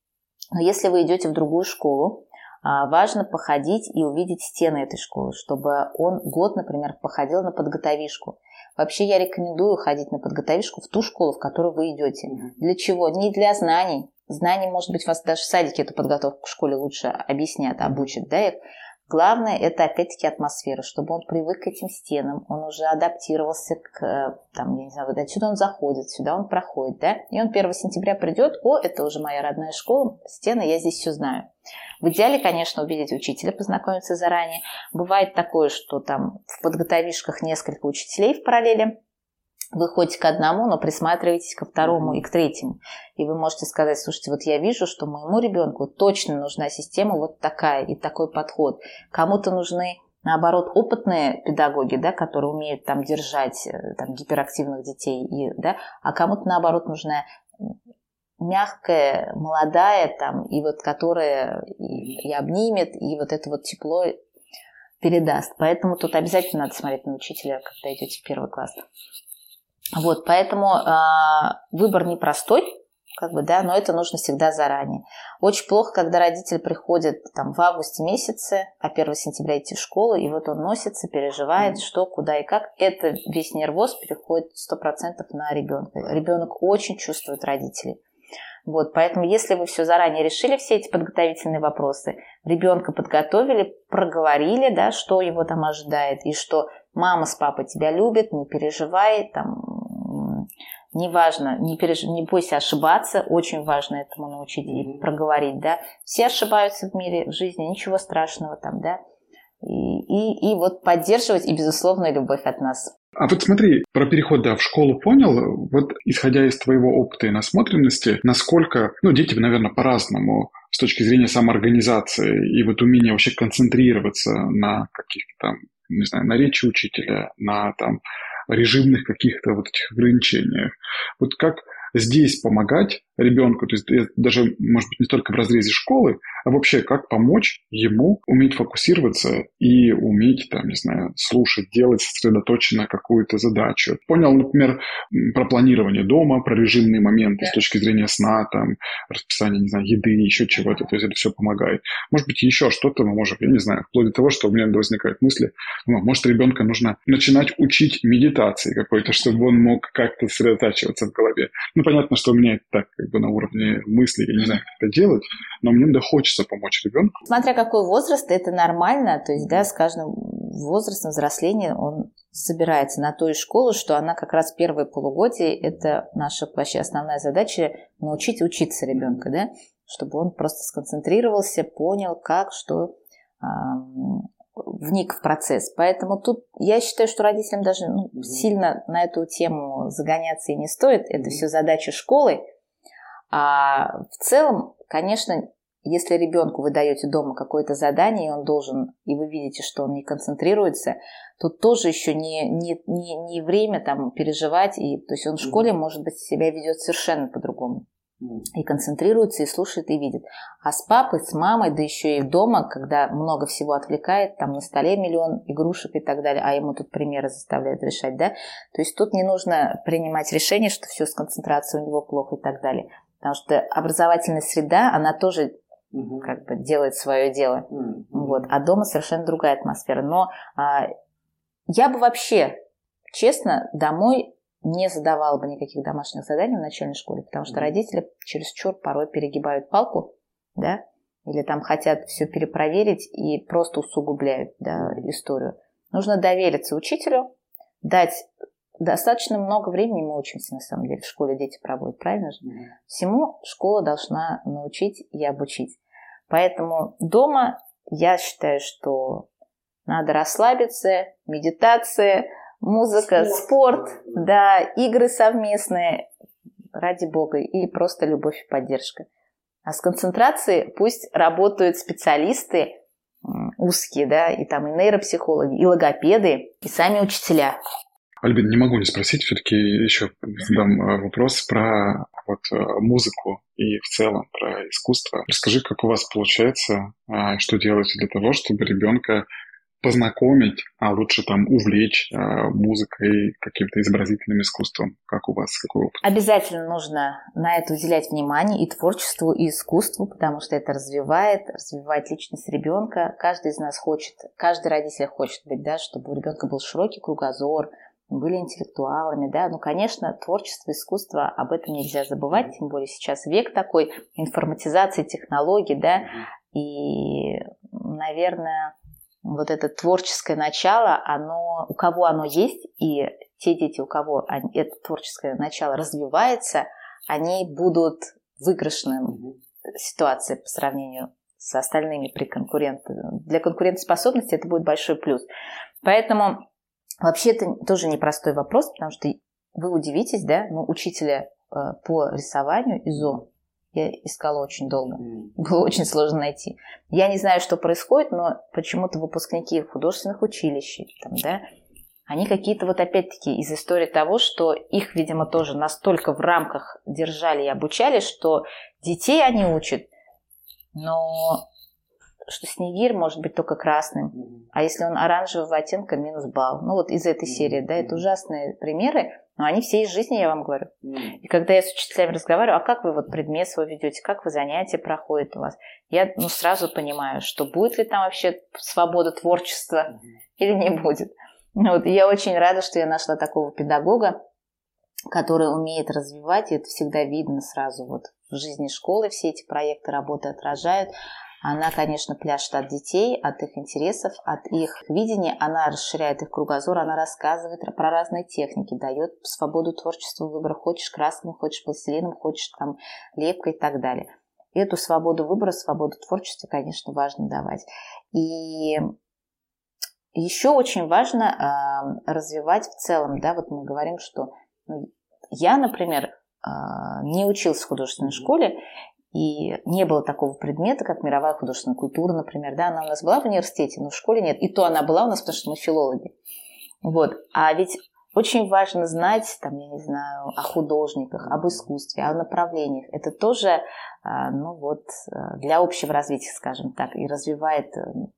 Но если вы идете в другую школу, важно походить и увидеть стены этой школы, чтобы он год, например, походил на подготовишку. Вообще я рекомендую ходить на подготовишку в ту школу, в которую вы идете. Для чего? Не для знаний. Знаний, может быть, вас даже в садике эту подготовку в школе лучше объяснят, обучат, да, их. Главное, это опять-таки атмосфера, чтобы он привык к этим стенам, он уже адаптировался к, там, я не знаю, вот отсюда он заходит, сюда он проходит, да, и он первого сентября придет, о, это уже моя родная школа, стены, я здесь все знаю. В идеале, конечно, увидеть учителя, познакомиться заранее. Бывает такое, что там в подготовишках несколько учителей в параллели. Вы ходите к одному, но присматриваетесь ко второму и к третьему. И вы можете сказать, слушайте, вот я вижу, что моему ребенку точно нужна система вот такая и такой подход. Кому-то нужны, наоборот, опытные педагоги, да, которые умеют там держать там, гиперактивных детей, и, да, а кому-то, наоборот, нужна мягкая, молодая, там, и вот которая и, и обнимет, и вот это вот тепло передаст. Поэтому тут обязательно надо смотреть на учителя, когда идете в первый класс. Вот, поэтому э, выбор непростой, как бы, да, но это нужно всегда заранее. Очень плохо, когда родитель приходит там, в августе месяце, а первого сентября идти в школу, и вот он носится, переживает, mm-hmm. что, куда и как. Это весь нервоз переходит сто процентов на ребенка. Ребенок очень чувствует родителей. Вот, поэтому если вы все заранее решили, все эти подготовительные вопросы, ребенка подготовили, проговорили, да, что его там ожидает, и что мама с папой тебя любят, не переживай, там, неважно, не, переж... не бойся ошибаться, очень важно этому научить и проговорить, да. Все ошибаются в мире, в жизни, ничего страшного там, да. И, и, и вот поддерживать и безусловную любовь от нас. А вот смотри, про переход, да, в школу понял, вот исходя из твоего опыта и насмотренности, насколько, ну, дети, наверное, по-разному с точки зрения самоорганизации и вот умения вообще концентрироваться на каких-то там, не знаю, на речи учителя, на там режимных каких-то вот этих ограничениях. Вот как здесь помогать ребенку, то есть даже, может быть, не только в разрезе школы, а вообще как помочь ему уметь фокусироваться и уметь, там, не знаю, слушать, делать сосредоточенно какую-то задачу. Понял, например, про планирование дома, про режимные моменты Да. с точки зрения сна, там, расписание, не знаю, еды, еще чего-то, то есть это все помогает. Может быть, еще что-то мы можем, я не знаю, вплоть до того, что у меня возникают мысли, ну, может, ребенка нужно начинать учить медитации какой-то, чтобы он мог как-то сосредотачиваться в голове. Ну, понятно, что у меня это так, как бы на уровне мысли, я не знаю, как это делать, но мне да хочется помочь ребенку. Смотря какой возраст, это нормально, то есть, да, с каждым возрастом взросления он собирается на ту школу, что она как раз первые полугодие, это наша вообще основная задача научить учиться ребенка, да, чтобы он просто сконцентрировался, понял, как, что, эм, вник в процесс. Поэтому тут я считаю, что родителям даже ну, сильно на эту тему загоняться и не стоит, это все задача школы. А в целом, конечно, если ребенку вы даете дома какое-то задание, и он должен, и вы видите, что он не концентрируется, то тоже еще не, не, не, не время там переживать. И, то есть он в школе, может быть, себя ведет совершенно по-другому. И концентрируется, и слушает, и видит. А с папой, с мамой, да еще и дома, когда много всего отвлекает, там на столе миллион игрушек и так далее, а ему тут примеры заставляют решать, да? То есть тут не нужно принимать решение, что все с концентрацией у него плохо и так далее. Потому что образовательная среда, она тоже угу. как бы делает свое дело. Угу. Вот. А дома совершенно другая атмосфера. Но а, я бы вообще, честно, домой не задавала бы никаких домашних заданий в начальной школе, потому что родители чересчур порой перегибают палку, да, или там хотят все перепроверить и просто усугубляют, да, историю. Нужно довериться учителю, дать достаточно много времени, мы учимся на самом деле, в школе дети проводят, правильно же? Всему школа должна научить и обучить. Поэтому дома я считаю, что надо расслабиться, медитация, музыка, спорт, спорт, да, игры совместные, ради бога, и просто любовь и поддержка. А с концентрацией пусть работают специалисты узкие, да, и там и нейропсихологи, и логопеды, и сами учителя. Альбин, не могу не спросить, все-таки еще задам вопрос про вот музыку и в целом про искусство. Расскажи, как у вас получается, что делаете для того, чтобы ребенка познакомить, а лучше там увлечь э, музыкой, каким-то изобразительным искусством. Как у вас, какой опыт? Обязательно нужно на это уделять внимание и творчеству, и искусству, потому что это развивает, развивает личность ребенка. Каждый из нас хочет, каждый родитель хочет быть, да, чтобы у ребенка был широкий кругозор, были интеллектуалами, да. Ну, конечно, творчество, искусство, об этом нельзя забывать, тем более сейчас век такой информатизации, технологий, да, и, наверное, вот это творческое начало, оно, у кого оно есть, и те дети, у кого они, это творческое начало развивается, они будут в выигрышной ситуации по сравнению с остальными при конкурентах. Для конкурентоспособности это будет большой плюс. Поэтому вообще это тоже непростой вопрос, потому что вы удивитесь, да, ну, учителя по рисованию ИЗО я искала очень долго. Было очень сложно найти. Я не знаю, что происходит, но почему-то выпускники художественных училищ, там, да, они какие-то вот опять-таки из истории того, что их, видимо, тоже настолько в рамках держали и обучали, что детей они учат, но что снегирь может быть только красным, а если он оранжевого оттенка, минус балл. Ну вот из этой серии, да, это ужасные примеры, но они все из жизни, я вам говорю. И когда я с учителями разговариваю, а как вы вот предмет свой ведете, как вы занятия проходят у вас, я ну, сразу понимаю, что будет ли там вообще свобода творчества или не будет. Вот, и я очень рада, что я нашла такого педагога, который умеет развивать, и это всегда видно сразу. Вот в жизни школы все эти проекты работы отражают. Она, конечно, пляшет от детей, от их интересов, от их видения. Она расширяет их кругозор, она рассказывает про разные техники, дает свободу творчества выбора. Хочешь красками, хочешь пластилином, хочешь там лепкой и так далее. И эту свободу выбора, свободу творчества, конечно, важно давать. И еще очень важно э, развивать в целом, да, вот мы говорим, что ну, я, например, э, не училась в художественной школе, и не было такого предмета, как мировая художественная культура, например. Да, она у нас была в университете, но в школе нет. И то она была у нас, потому что мы филологи. Вот. А ведь очень важно знать, там, я не знаю, о художниках, об искусстве, о направлениях. Это тоже, ну вот, для общего развития, скажем так, и развивает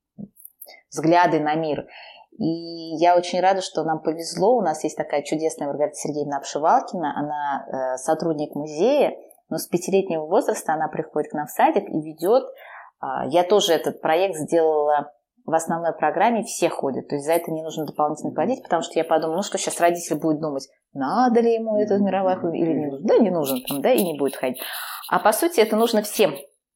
взгляды на мир. И я очень рада, что нам повезло. У нас есть такая чудесная Маргарита Сергеевна Обшивалкина. Она сотрудник музея, но с пятилетнего возраста она приходит к нам в садик и ведет. Я тоже этот проект сделала в основной программе, все ходят. То есть за это не нужно дополнительно платить, потому что я подумала, ну что сейчас родитель будет думать, надо ли ему этот мировой художник или не нужно. Да, не нужен там, да, и не будет ходить. А по сути это нужно всем.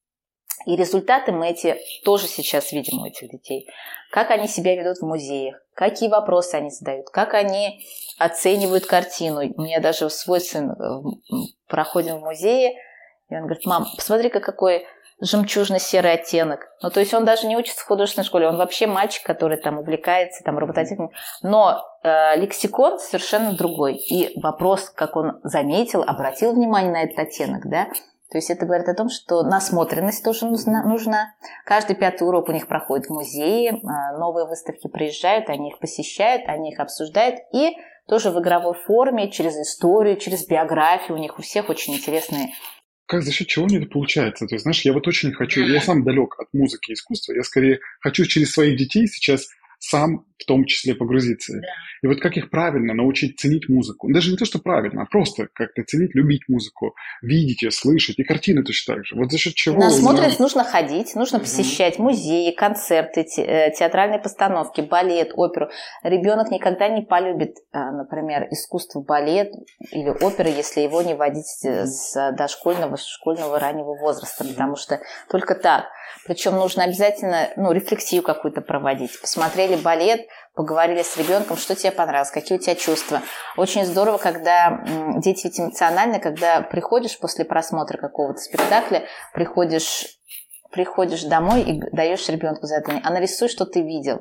И результаты мы эти тоже сейчас видим у этих детей. Как они себя ведут в музеях, какие вопросы они задают, как они оценивают картину. У меня даже свой сын, проходим в музее, и он говорит, мам, посмотри-ка, какой жемчужно-серый оттенок. Ну, то есть он даже не учится в художественной школе, он вообще мальчик, который там увлекается там робототехникой. Но э, лексикон совершенно другой. И вопрос, как он заметил, обратил внимание на этот оттенок, да. То есть это говорит о том, что насмотренность тоже нужна. нужна. Каждый пятый урок у них проходит в музее, новые выставки приезжают, они их посещают, они их обсуждают. И тоже в игровой форме, через историю, через биографию. У них у всех очень интересные. Как, за счет чего у них это получается? То есть, знаешь, я вот очень хочу, я сам далек от музыки и искусства, я скорее хочу через своих детей сейчас сам в том числе погрузиться. Да. И вот как их правильно научить ценить музыку. Даже не то, что правильно, а просто как-то ценить, любить музыку, видеть ее, слышать. И картины точно так же. Вот за счет чего... Насмотренность нужно ходить, нужно посещать музеи, концерты, театральные постановки, балет, оперу. Ребенок никогда не полюбит, например, искусство, балет или оперы, если его не водить с дошкольного, школьного раннего возраста. Потому что только так. Причем нужно обязательно ну, рефлексию какую-то проводить. Посмотрели балет, поговорили с ребенком, что тебе понравилось, какие у тебя чувства. Очень здорово, когда дети ведь эмоциональны, когда приходишь после просмотра какого-то спектакля, приходишь, приходишь домой и даешь ребенку задание, а нарисуй, что ты видел.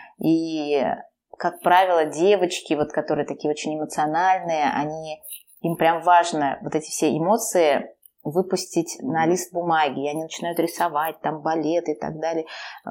И, как правило, девочки, вот, которые такие очень эмоциональные, они, им прям важно вот эти все эмоции выпустить на лист бумаги, и они начинают рисовать, там балет и так далее,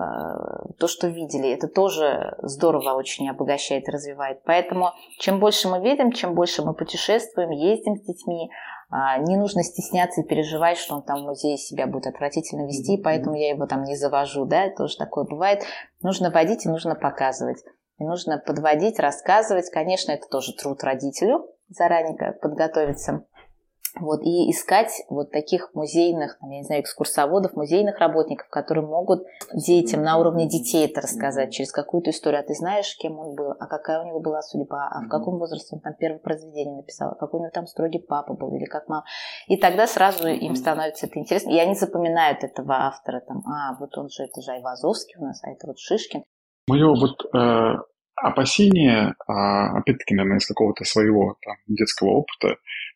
то, что видели, это тоже здорово очень обогащает и развивает. Поэтому чем больше мы видим, чем больше мы путешествуем, ездим с детьми, не нужно стесняться и переживать, что он там в музее себя будет отвратительно вести, поэтому я его там не завожу, да, тоже такое бывает. Нужно водить и нужно показывать. И нужно подводить, рассказывать. Конечно, это тоже труд родителю, заранее подготовиться. Вот, и искать вот таких музейных, я не знаю, экскурсоводов, музейных работников, которые могут детям на уровне детей это рассказать через какую-то историю. А ты знаешь, кем он был, а какая у него была судьба, а в каком возрасте он там первое произведение написал, а какой у него там строгий папа был, или как мама. И тогда сразу им становится это интересно. И они запоминают этого автора. Там, а, вот он же, это же Айвазовский у нас, а это вот Шишкин. Мое вот э, опасение, э, опять-таки, наверное, из какого-то своего там, детского опыта,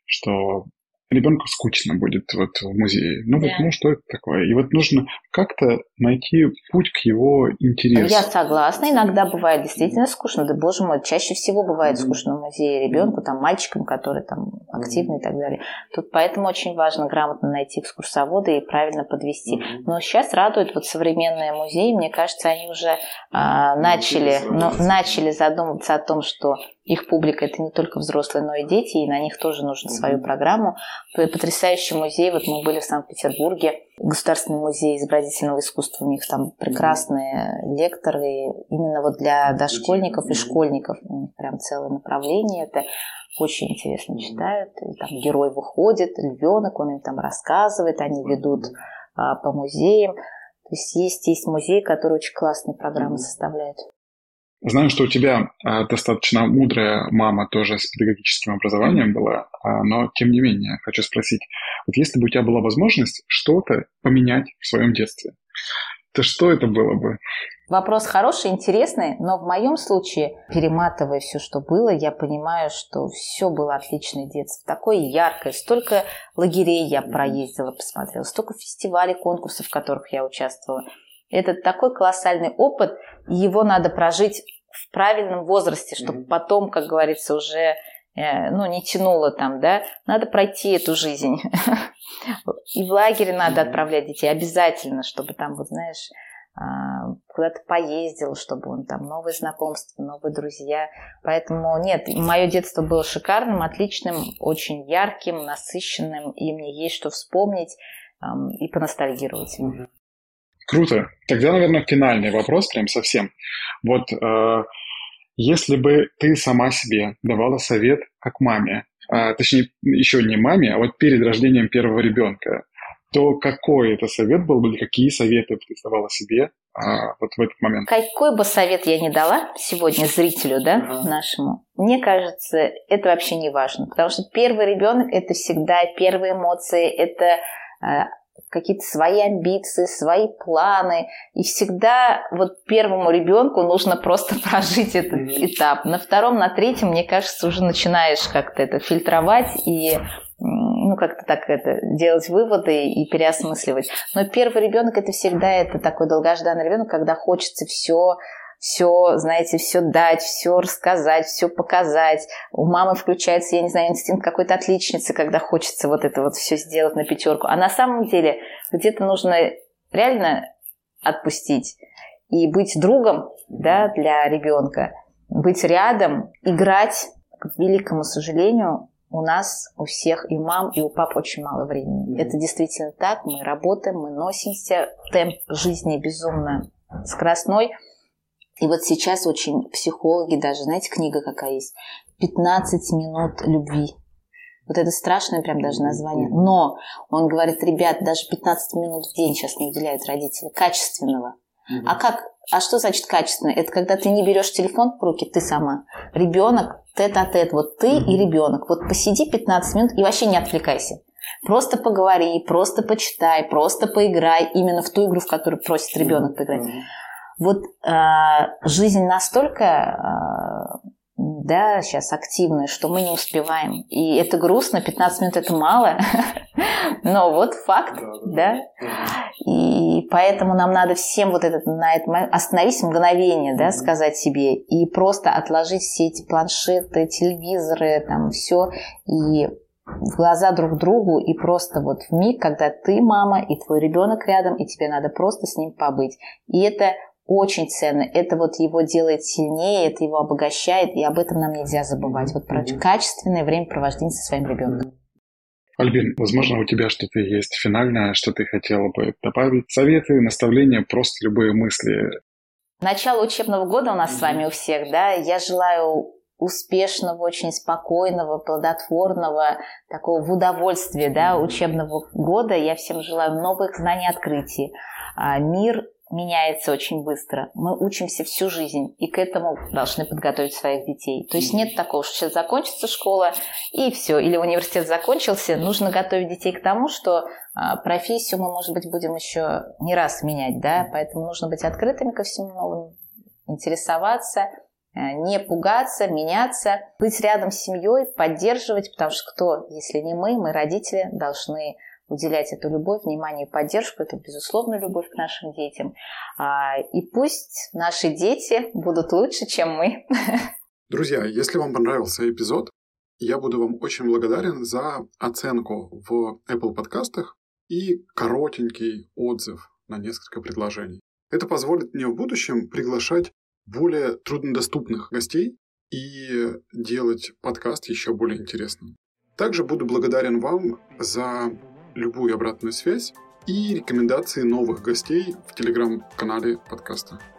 что ребенку скучно будет вот в музее. Ну вот, да. Ну что это такое? И вот нужно как-то найти путь к его интересу. Я согласна. Иногда бывает действительно скучно. Да, боже мой, чаще всего бывает скучно в музее ребенку, там, мальчикам, которые там активны и так далее. Тут поэтому очень важно грамотно найти экскурсовода и правильно подвести. Но сейчас радует вот современные музеи. Мне кажется, они уже а, начали, ну, начали задумываться о том, что их публика – это не только взрослые, но и дети, и на них тоже нужно свою программу. Потрясающий музей. Вот мы были в Санкт-Петербурге, Государственный музей изобразительного искусства. У них там прекрасные лекторы именно вот для дошкольников и школьников. У них прям целое направление. Это очень интересно читают. И там герой выходит, львенок, он им там рассказывает, они ведут а, по музеям. То есть есть, есть музей, который очень классные программы составляет. Знаю, что у тебя э, достаточно мудрая мама тоже с педагогическим образованием была, э, но тем не менее хочу спросить, вот если бы у тебя была возможность что-то поменять в своем детстве, то что это было бы? Вопрос хороший, интересный, но в моем случае, перематывая все, что было, я понимаю, что все было отличное детство, такое яркое, столько лагерей я проездила, посмотрела, столько фестивалей, конкурсов, в которых я участвовала. Это такой колоссальный опыт, и его надо прожить в правильном возрасте, чтобы mm-hmm. потом, как говорится, уже э, ну, не тянуло там, да. Надо пройти эту жизнь. И в лагере надо mm-hmm. отправлять детей обязательно, чтобы там, вот знаешь, куда-то поездил, чтобы он там новые знакомства, новые друзья. Поэтому нет, мое детство было шикарным, отличным, очень ярким, насыщенным, и мне есть что вспомнить и поностальгировать. Круто. Тогда, наверное, финальный вопрос прям совсем. Вот э, если бы ты сама себе давала совет как маме, а, точнее, еще не маме, а вот перед рождением первого ребенка, то какой это совет был бы, или какие советы ты давала себе а, вот в этот момент? Какой бы совет я ни дала сегодня зрителю, да, uh-huh. нашему, мне кажется, это вообще не важно, потому что первый ребенок – это всегда первые эмоции, это э, какие-то свои амбиции, свои планы, и всегда вот первому ребенку нужно просто прожить этот uh-huh. этап. На втором, на третьем, мне кажется, уже начинаешь как-то это фильтровать и ну, как-то так это, делать выводы и переосмысливать. Но первый ребенок это всегда это такой долгожданный ребенок, когда хочется все, все, знаете, все дать, все рассказать, все показать. У мамы включается, я не знаю, инстинкт какой-то отличницы, когда хочется вот это вот все сделать на пятерку. А на самом деле где-то нужно реально отпустить и быть другом, да, для ребенка, быть рядом, играть. К великому сожалению, у нас, у всех, и мам, и у пап очень мало времени. Mm-hmm. Это действительно так. Мы работаем, мы носимся. Темп жизни безумно скоростной. И вот сейчас очень психологи даже, знаете, книга какая есть? пятнадцать минут любви. Вот это страшное прям даже название. Но он говорит, ребят, даже пятнадцать минут в день сейчас не уделяют родители. Качественного. Mm-hmm. А как? А что значит качественно? Это когда ты не берешь телефон в руки, ты сама. Ребенок, тет-а-тет, вот ты mm-hmm. и ребенок. Вот посиди пятнадцать минут и вообще не отвлекайся. Просто поговори, просто почитай, просто поиграй именно в ту игру, в которую просит ребенок поиграть. Mm-hmm. Вот э, жизнь настолько э, да, сейчас активная, что мы не успеваем. И это грустно, пятнадцать минут это мало, но вот факт, да. И поэтому нам надо всем вот этот, на этом остановить мгновение, да, сказать себе, и просто отложить все эти планшеты, телевизоры, там все, и в глаза друг другу, и просто вот в миг, когда ты мама, и твой ребенок рядом, и тебе надо просто с ним побыть. И это очень ценно. Это вот его делает сильнее, это его обогащает, и об этом нам нельзя забывать. Вот про mm-hmm. качественное времяпровождение со своим ребенком. Альбин, возможно, у тебя что-то есть финальное, что ты хотела бы добавить? Советы, наставления, просто любые мысли. Начало учебного года у нас mm-hmm. с вами у всех, да. Я желаю успешного, очень спокойного, плодотворного, такого в удовольствии, да, учебного года. Я всем желаю новых знаний, открытий. Мир меняется очень быстро. Мы учимся всю жизнь, и к этому должны подготовить своих детей. То есть нет такого, что сейчас закончится школа, и все, или университет закончился. Нужно готовить детей к тому, что а, профессию мы, может быть, будем еще не раз менять, да, поэтому нужно быть открытыми ко всему новому, интересоваться, не пугаться, меняться, быть рядом с семьей, поддерживать, потому что кто, если не мы, мы, родители, должны уделять эту любовь, внимание и поддержку, это безусловно любовь к нашим детям. И пусть наши дети будут лучше, чем мы. Друзья, если вам понравился эпизод, я буду вам очень благодарен за оценку в Apple подкастах и коротенький отзыв на несколько предложений. Это позволит мне в будущем приглашать более труднодоступных гостей и делать подкаст еще более интересным. Также буду благодарен вам за любую обратную связь и рекомендации новых гостей в телеграм-канале подкаста.